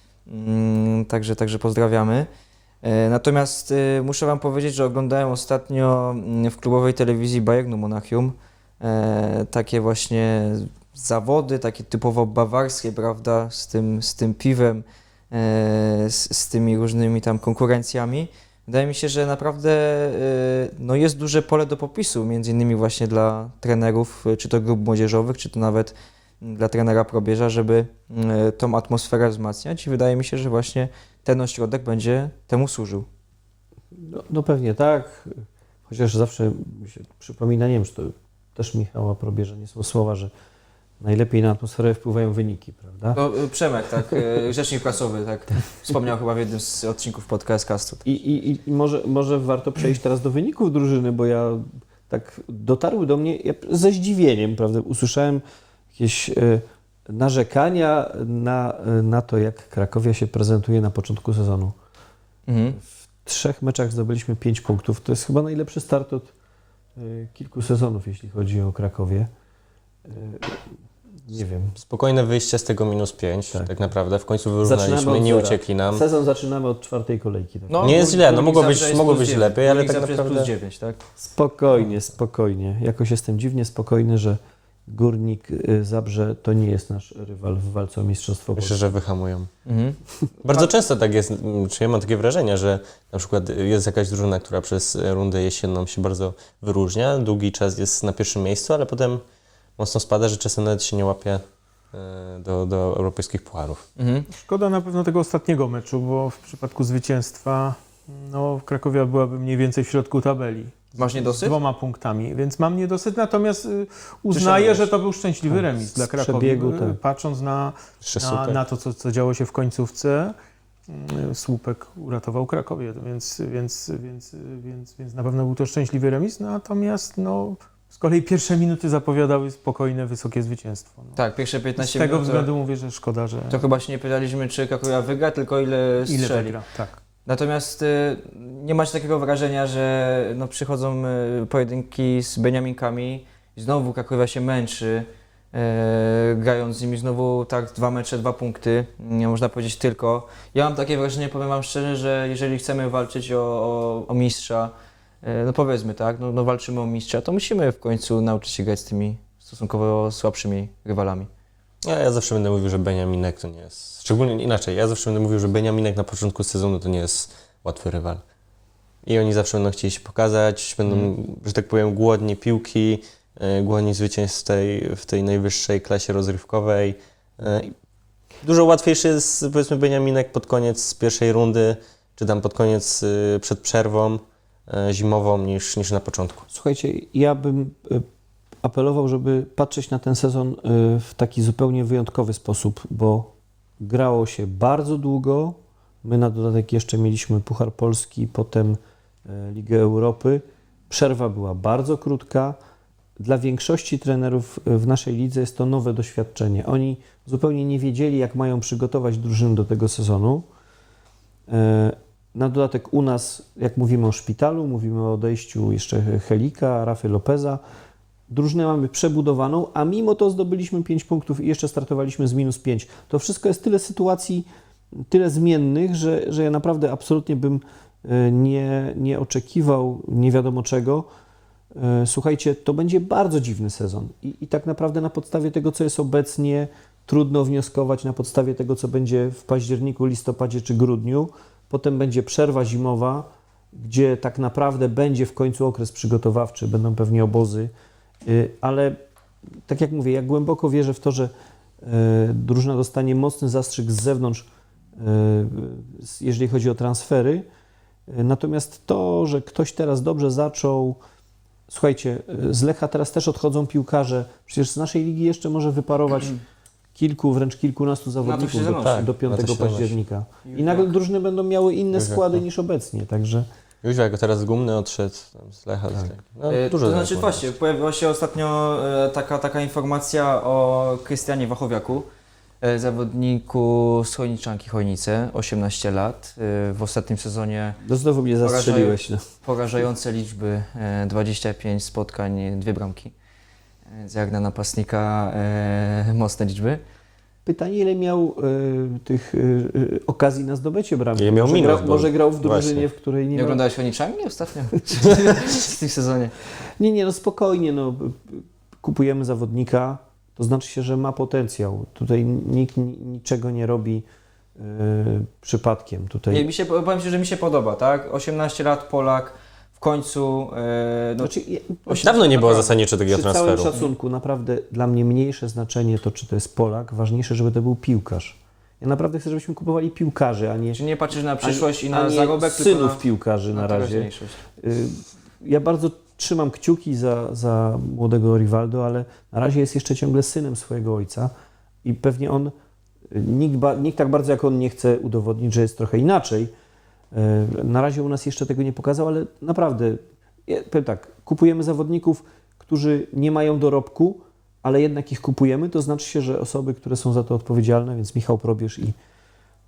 mm, także, także pozdrawiamy. Y, Natomiast y, muszę Wam powiedzieć, że oglądałem ostatnio mm, w klubowej telewizji Bayernu Monachium e, takie właśnie zawody, takie typowo bawarskie, prawda, z tym, z tym piwem, e, z, z tymi różnymi tam konkurencjami. Wydaje mi się, że naprawdę e, no jest duże pole do popisu, między innymi właśnie dla trenerów, e, czy to grup młodzieżowych, czy to nawet m, dla trenera probierza, żeby e, tą atmosferę wzmacniać i wydaje mi się, że właśnie ten ośrodek będzie temu służył. No, no pewnie tak, chociaż zawsze mi się przypomina, nie wiem, czy to też Michała Probierza nie są słowa, że najlepiej na atmosferę wpływają wyniki, prawda? No, y, Przemek, tak, y, rzecznik prasowy, tak, wspomniał chyba w jednym z odcinków podcast castu. I, i, i może, może warto przejść teraz do wyników drużyny, bo ja tak dotarły do mnie ja ze zdziwieniem, prawda? Usłyszałem jakieś e, narzekania na, na to, jak Krakowia się prezentuje na początku sezonu. Mhm. W trzech meczach zdobyliśmy pięć punktów. To jest chyba najlepszy start od y, kilku sezonów, jeśli chodzi o Krakowie. Y, nie wiem. Spokojne wyjście z tego minus pięć, Tak. tak, naprawdę. W końcu Zaczynamy wyrównaliśmy, od nie zera. uciekli nam. Sezon zaczynamy od czwartej kolejki. Tak? No, Nie jest Górnik- źle, no Górnik mogło być- Zabrze jest mogło plus być dziewięć. lepiej, ale Górnik tak Zabrze jest naprawdę- plus dziewięć, tak? Spokojnie, spokojnie. Jakoś jestem dziwnie spokojny, że Górnik y, Zabrze to nie jest nasz rywal w walce o Mistrzostwo Myślę, Polski. że wyhamują. Mhm. Bardzo często tak jest, mm, czy ja mam takie wrażenie, że na przykład jest jakaś drużyna, która przez rundę jesienną się bardzo wyróżnia, długi czas jest na pierwszym miejscu, ale potem mocno spada, że czasem nawet się nie łapie e, do, do europejskich pucharów. Mhm. Szkoda na pewno tego ostatniego meczu, bo w przypadku zwycięstwa no, Krakowia byłaby mniej więcej w środku tabeli. Masz Z niedosyt? dwoma punktami, więc mam niedosyt, natomiast y, uznaję, szanujesz? że to był szczęśliwy Tak, remis z dla Krakowi. przebiegu, Y, tak. Patrząc na, Jeszcze na, super. na to, co, co działo się w końcówce, y, słupek uratował Krakowię, więc, więc, więc, więc, więc na pewno był to szczęśliwy remis, natomiast no, z kolei pierwsze minuty zapowiadały spokojne, wysokie zwycięstwo. No. Tak, pierwsze Z piętnaście tego minut to, względu mówię, że szkoda, że to chyba się nie pytaliśmy, czy Krakowia wygra, tylko ile ile strzeli. wygra. Tak. Natomiast y, nie macie takiego wrażenia, że no, przychodzą y, pojedynki z Beniaminkami i znowu Krakowia się męczy, y, grając z nimi znowu tak dwa mecze, dwa punkty, nie można powiedzieć tylko. Ja mam takie wrażenie, powiem Wam szczerze, że jeżeli chcemy walczyć o, o, o mistrza, y, no powiedzmy tak, no, no walczymy o mistrza, to musimy w końcu nauczyć się grać z tymi stosunkowo słabszymi rywalami. Ja, ja zawsze będę mówił, że Beniaminek to nie jest, szczególnie inaczej, ja zawsze będę mówił, że Beniaminek na początku sezonu to nie jest łatwy rywal. I oni zawsze będą chcieli się pokazać, będą, Mm. że tak powiem, głodni piłki, e, głodni zwycięstw w tej, w tej najwyższej klasie rozrywkowej. E, i dużo łatwiejszy jest, powiedzmy, Beniaminek pod koniec pierwszej rundy, czy tam pod koniec e, przed przerwą e, zimową niż, niż na początku. Słuchajcie, ja bym y, apelował, żeby patrzeć na ten sezon y, w taki zupełnie wyjątkowy sposób, bo grało się bardzo długo. My na dodatek jeszcze mieliśmy Puchar Polski, potem y, Ligę Europy. Przerwa była bardzo krótka. Dla większości trenerów w naszej lidze jest to nowe doświadczenie. Oni zupełnie nie wiedzieli, jak mają przygotować drużynę do tego sezonu. Y, Na dodatek u nas, jak mówimy o szpitalu, mówimy o odejściu jeszcze Helika, Rafy Lopeza. Drużynę mamy przebudowaną, a mimo to zdobyliśmy pięć punktów i jeszcze startowaliśmy z minus pięć. To wszystko jest tyle sytuacji, tyle zmiennych, że, że ja naprawdę absolutnie bym e, nie, nie oczekiwał nie wiadomo czego. E, Słuchajcie, to będzie bardzo dziwny sezon i, i tak naprawdę na podstawie tego, co jest obecnie, trudno wnioskować na podstawie tego, co będzie w październiku, listopadzie czy grudniu. Potem będzie przerwa zimowa, gdzie tak naprawdę będzie w końcu okres przygotowawczy, będą pewnie obozy, y, ale tak jak mówię, ja głęboko wierzę w to, że y, drużyna dostanie mocny zastrzyk z zewnątrz, y, s- jeżeli chodzi o transfery. Y, Natomiast to, że ktoś teraz dobrze zaczął, słuchajcie, y, z Lecha teraz też odchodzą piłkarze, przecież z naszej ligi jeszcze może wyparować kilku, wręcz kilkunastu zawodników się do, zanosi. Tak, do na to piątego się zanosi. października. I nagle drużyny będą miały inne Józef, składy no. niż obecnie, także Józef, jak teraz Gumny odszedł tam z Lecha, tak. no, E, dużo to tak znaczy można właśnie, pojawiła się ostatnio e, taka, taka informacja o Krystianie Wachowiaku, e, zawodniku z Chojniczanki Chojnice, osiemnaście lat. E, w ostatnim sezonie no znowu mnie zastrzeliłeś. No. porażające liczby, e, dwadzieścia pięć spotkań, dwie bramki. E, Więc jak na napastnika e, mocne liczby. Pytanie, ile miał y, tych y, y, okazji na zdobycie bramki? Ile miał może, minut, grał, bo- może grał w drużynie, właśnie. w której nie Nie miał... oglądałeś Chojniczanki ostatnio? w tym sezonie. Nie, nie, no spokojnie, no, kupujemy zawodnika, to znaczy się, że ma potencjał. Tutaj nikt ni- niczego nie robi y, przypadkiem. Tutaj... Nie, mi się, powiem Ci, że mi się podoba, tak? osiemnaście lat, Polak, w końcu... E, no, Znaczy, ja- Dawno nie było Naprawdę. zasadniczo takiego Przy całym transferu. szacunku, naprawdę dla mnie mniejsze znaczenie to, czy to jest Polak, ważniejsze, żeby to był piłkarz. Ja naprawdę chcę, żebyśmy kupowali piłkarzy, a nie, Czy nie patrzysz na przyszłość a, i a na nie zarobek, synów tylko na, piłkarzy na, na razie. teraźniejszość. Y, Ja bardzo trzymam kciuki za, za młodego Rivaldo, ale na razie jest jeszcze ciągle synem swojego ojca i pewnie on, nikt, ba, nikt tak bardzo jak on nie chce udowodnić, że jest trochę inaczej. Y, Na razie u nas jeszcze tego nie pokazał, ale naprawdę, ja powiem tak, kupujemy zawodników, którzy nie mają dorobku, ale jednak ich kupujemy, to znaczy się, że osoby, które są za to odpowiedzialne, więc Michał Probierz i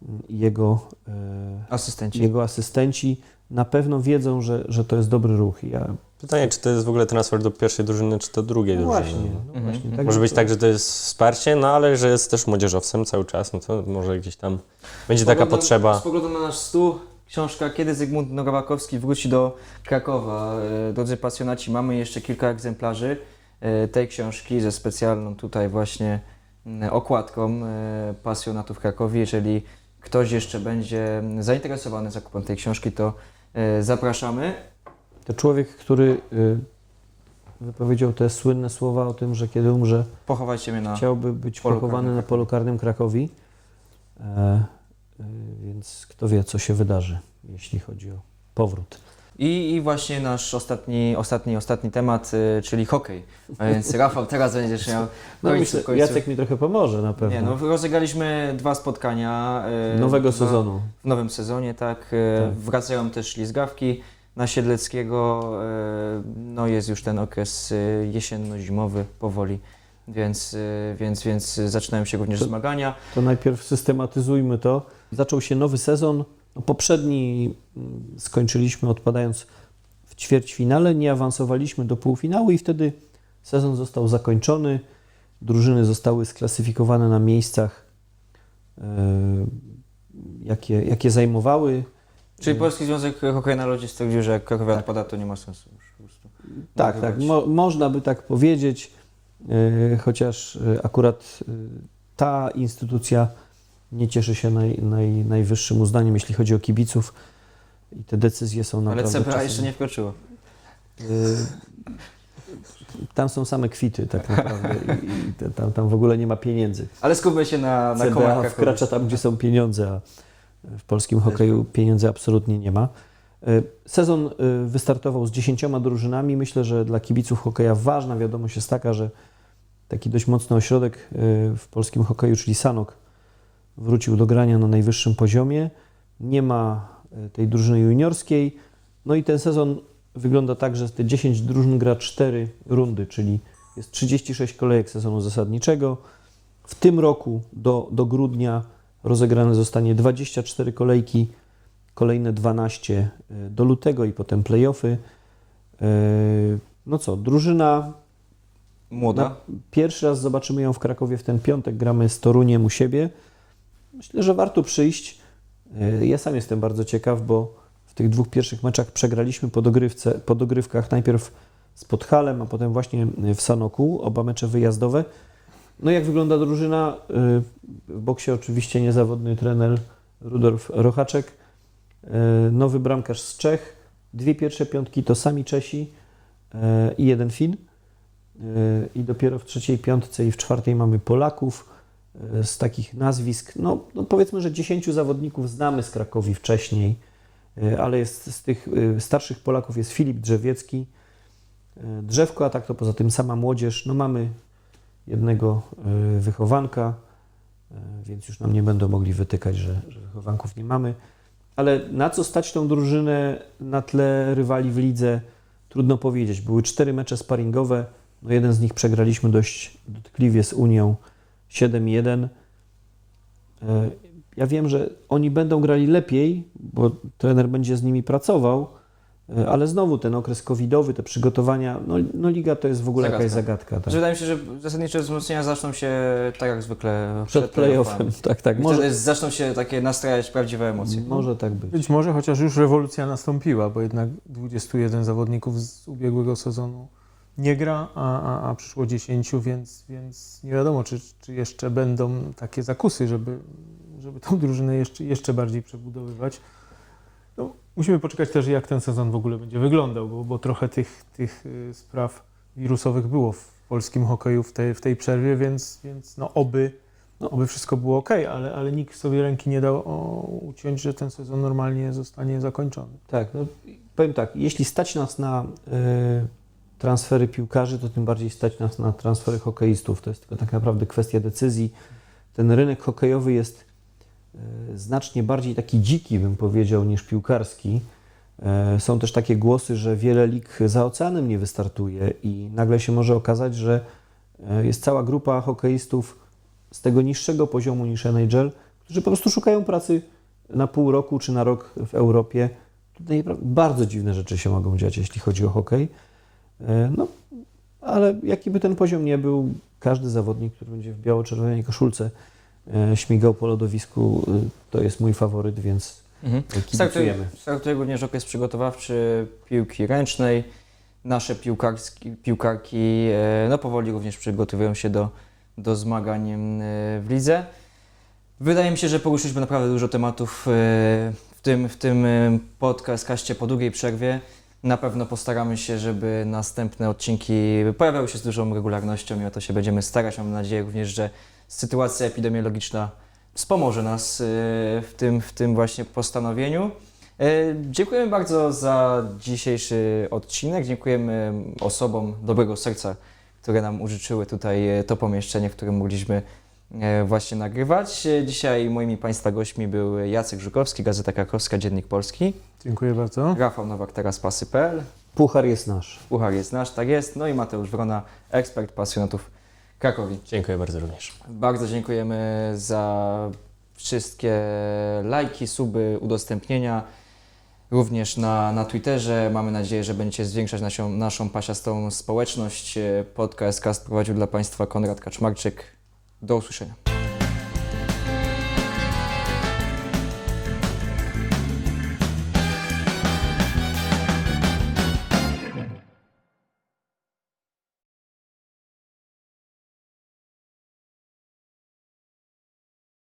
i jego, e, Asystenci. jego asystenci na pewno wiedzą, że, że to jest dobry ruch. Ja, Pytanie, czy to jest w ogóle transfer do pierwszej drużyny, czy do drugiej no drużyny. właśnie, no Mhm. właśnie. Tak, Może że być to- tak, że to jest wsparcie, no ale że jest też młodzieżowcem cały czas, no to może gdzieś tam będzie taka potrzeba. Z poglądu na nasz stół, książka Kiedy Zygmunt Nowakowski wróci do Krakowa. E, Drodzy pasjonaci, mamy jeszcze kilka egzemplarzy e, tej książki ze specjalną tutaj właśnie m, okładką e, pasjonatów w Krakowie. Jeżeli ktoś jeszcze będzie zainteresowany zakupem tej książki, to e, zapraszamy. To człowiek, który y, wypowiedział te słynne słowa o tym, że kiedy umrze, Pochowajcie mnie na... chciałby być polu pochowany karnym na polu karnym Krakowi. E, y, więc kto wie, co się wydarzy, jeśli chodzi o powrót. I, I właśnie nasz ostatni, ostatni, ostatni temat, y, czyli hokej. A więc Rafał, teraz będziesz miał No końcu, myślę, końcu. Jacek mi trochę pomoże na pewno. Nie, no rozegraliśmy dwa spotkania. y, Nowego dwa- sezonu. W nowym sezonie, tak. y, Tak. Wracają też ślizgawki na Siedleckiego. y, No jest już ten okres y, jesienno-zimowy powoli, więc, y, więc, więc zaczynają się również To- zmagania. To najpierw systematyzujmy to. Zaczął się nowy sezon. No, poprzedni mm, skończyliśmy odpadając w ćwierćfinale, nie awansowaliśmy do półfinału i wtedy sezon został zakończony. Drużyny zostały sklasyfikowane na miejscach, e, jakie, jakie zajmowały. Czyli Polski Związek Hokeja na Lodzie stwierdził, że jak Krakowie odpada, to nie ma sensu już po prostu. Tak, tak, nagrywać. mo, można by tak powiedzieć, e, chociaż e, akurat e, ta instytucja nie cieszy się naj, naj, najwyższym uznaniem, jeśli chodzi o kibiców i te decyzje są Ale naprawdę... C B A czasem- jeszcze nie wkroczyło. e, Tam są same kwity tak naprawdę i, i te- tam, tam w ogóle nie ma pieniędzy. Ale skupmy się na, na C kołach B A Krakowi. wkracza tam, gdzie są pieniądze, a w polskim hokeju pieniędzy absolutnie nie ma. E, Sezon e, wystartował z dziesięcioma drużynami. Myślę, że dla kibiców hokeja ważna wiadomość jest taka, że taki dość mocny ośrodek e, w polskim hokeju, czyli Sanok, wrócił do grania na najwyższym poziomie. Nie ma e, tej drużyny juniorskiej. No i ten sezon wygląda tak, że z tych dziesięć drużyn gra cztery rundy, czyli jest trzydzieści sześć kolejek sezonu zasadniczego. W tym roku do, do grudnia rozegrane zostanie dwadzieścia cztery kolejki, kolejne dwanaście do lutego i potem play-offy. E, No co, drużyna Młoda. na, pierwszy raz zobaczymy ją w Krakowie w ten piątek, gramy z Toruniem u siebie. Myślę, że warto przyjść. E, Ja sam jestem bardzo ciekaw, bo w tych dwóch pierwszych meczach przegraliśmy po, dogrywce, po dogrywkach najpierw z Podhalem, a potem właśnie w Sanoku, oba mecze wyjazdowe. No jak wygląda drużyna? W boksie oczywiście niezawodny trener Rudolf Rochaczek, nowy bramkarz z Czech, dwie pierwsze piątki to sami Czesi i jeden Fin. I dopiero w trzeciej piątce i w czwartej mamy Polaków z takich nazwisk. No, no powiedzmy, że dziesięciu zawodników znamy z Krakowi wcześniej, ale jest z tych starszych Polaków jest Filip Drzewiecki, Drzewko, a tak to poza tym sama młodzież. No mamy jednego wychowanka, więc już nam nie będą mogli wytykać, że, że wychowanków nie mamy. Ale na co stać tą drużynę na tle rywali w lidze, trudno powiedzieć. Były cztery mecze sparingowe, no jeden z nich przegraliśmy dość dotkliwie z Unią siedem jeden. Ja wiem, że oni będą grali lepiej, bo trener będzie z nimi pracował, ale znowu ten okres covidowy, te przygotowania, no, no liga to jest w ogóle Zagadka. jakaś zagadka. Tak. Wydaje mi się, że zasadnicze wzmocnienia zaczną się tak jak zwykle Przed playoffem, tak, tak. I Może, wtedy zaczną się takie nastrajać prawdziwe emocje. może tak być. Być może, chociaż już rewolucja nastąpiła, bo jednak dwudziestu jeden zawodników z ubiegłego sezonu nie gra, a, a, a przyszło dziesięciu, więc, więc nie wiadomo, czy, czy jeszcze będą takie zakusy, żeby, żeby tą drużynę jeszcze, jeszcze bardziej przebudowywać. No, musimy poczekać też, jak ten sezon w ogóle będzie wyglądał, bo, bo trochę tych, tych y, spraw wirusowych było w polskim hokeju w tej, w tej przerwie, więc, więc no oby, no, oby wszystko było ok, ale, ale nikt sobie ręki nie dał o, uciąć, że ten sezon normalnie zostanie zakończony. Tak, no, powiem tak, jeśli stać nas na y, transfery piłkarzy, to tym bardziej stać nas na transfery hokeistów. To jest tylko tak naprawdę kwestia decyzji. Ten rynek hokejowy jest y, znacznie bardziej taki dziki, bym powiedział, niż piłkarski. Y, są też takie głosy, że wiele lig za oceanem nie wystartuje i nagle się może okazać, że y, jest cała grupa hokeistów z tego niższego poziomu niż N H L, którzy po prostu szukają pracy na pół roku czy na rok w Europie. Tutaj bardzo dziwne rzeczy się mogą dziać, jeśli chodzi o hokej. No, ale jaki by ten poziom nie był, każdy zawodnik, który będzie w biało-czerwonej koszulce śmigał po lodowisku, to jest mój faworyt, więc Mhm. kibicujemy. Startuje również okres przygotowawczy piłki ręcznej. Nasze piłkarski, piłkarki e, no, powoli również przygotowują się do, do zmagań e, w lidze. Wydaje mi się, że poruszyliśmy naprawdę dużo tematów e, w tym, w tym e, podcaście po długiej przerwie. Na pewno postaramy się, żeby następne odcinki pojawiały się z dużą regularnością i o to się będziemy starać. Mam nadzieję również, że sytuacja epidemiologiczna wspomoże nas e, w tym, w tym właśnie postanowieniu. Dziękujemy bardzo za dzisiejszy odcinek. Dziękujemy osobom dobrego serca, które nam użyczyły tutaj to pomieszczenie, w którym mogliśmy właśnie nagrywać. Dzisiaj moimi Państwa gośćmi był Jacek Żukowski, Gazeta Krakowska, Dziennik Polski. Dziękuję bardzo. Rafał Nowak, teraz pasy kropka pe el. Puchar jest nasz. Puchar jest nasz, tak jest. No i Mateusz Wrona, ekspert pasjonatów Krakowi. Dziękuję bardzo również. Bardzo dziękujemy za wszystkie lajki, suby, udostępnienia. Również na, na Twitterze. Mamy nadzieję, że będziecie zwiększać naszą, naszą pasiastą społeczność. Podcast Cast prowadził dla Państwa Konrad Kaczmarczyk. Do usłyszenia.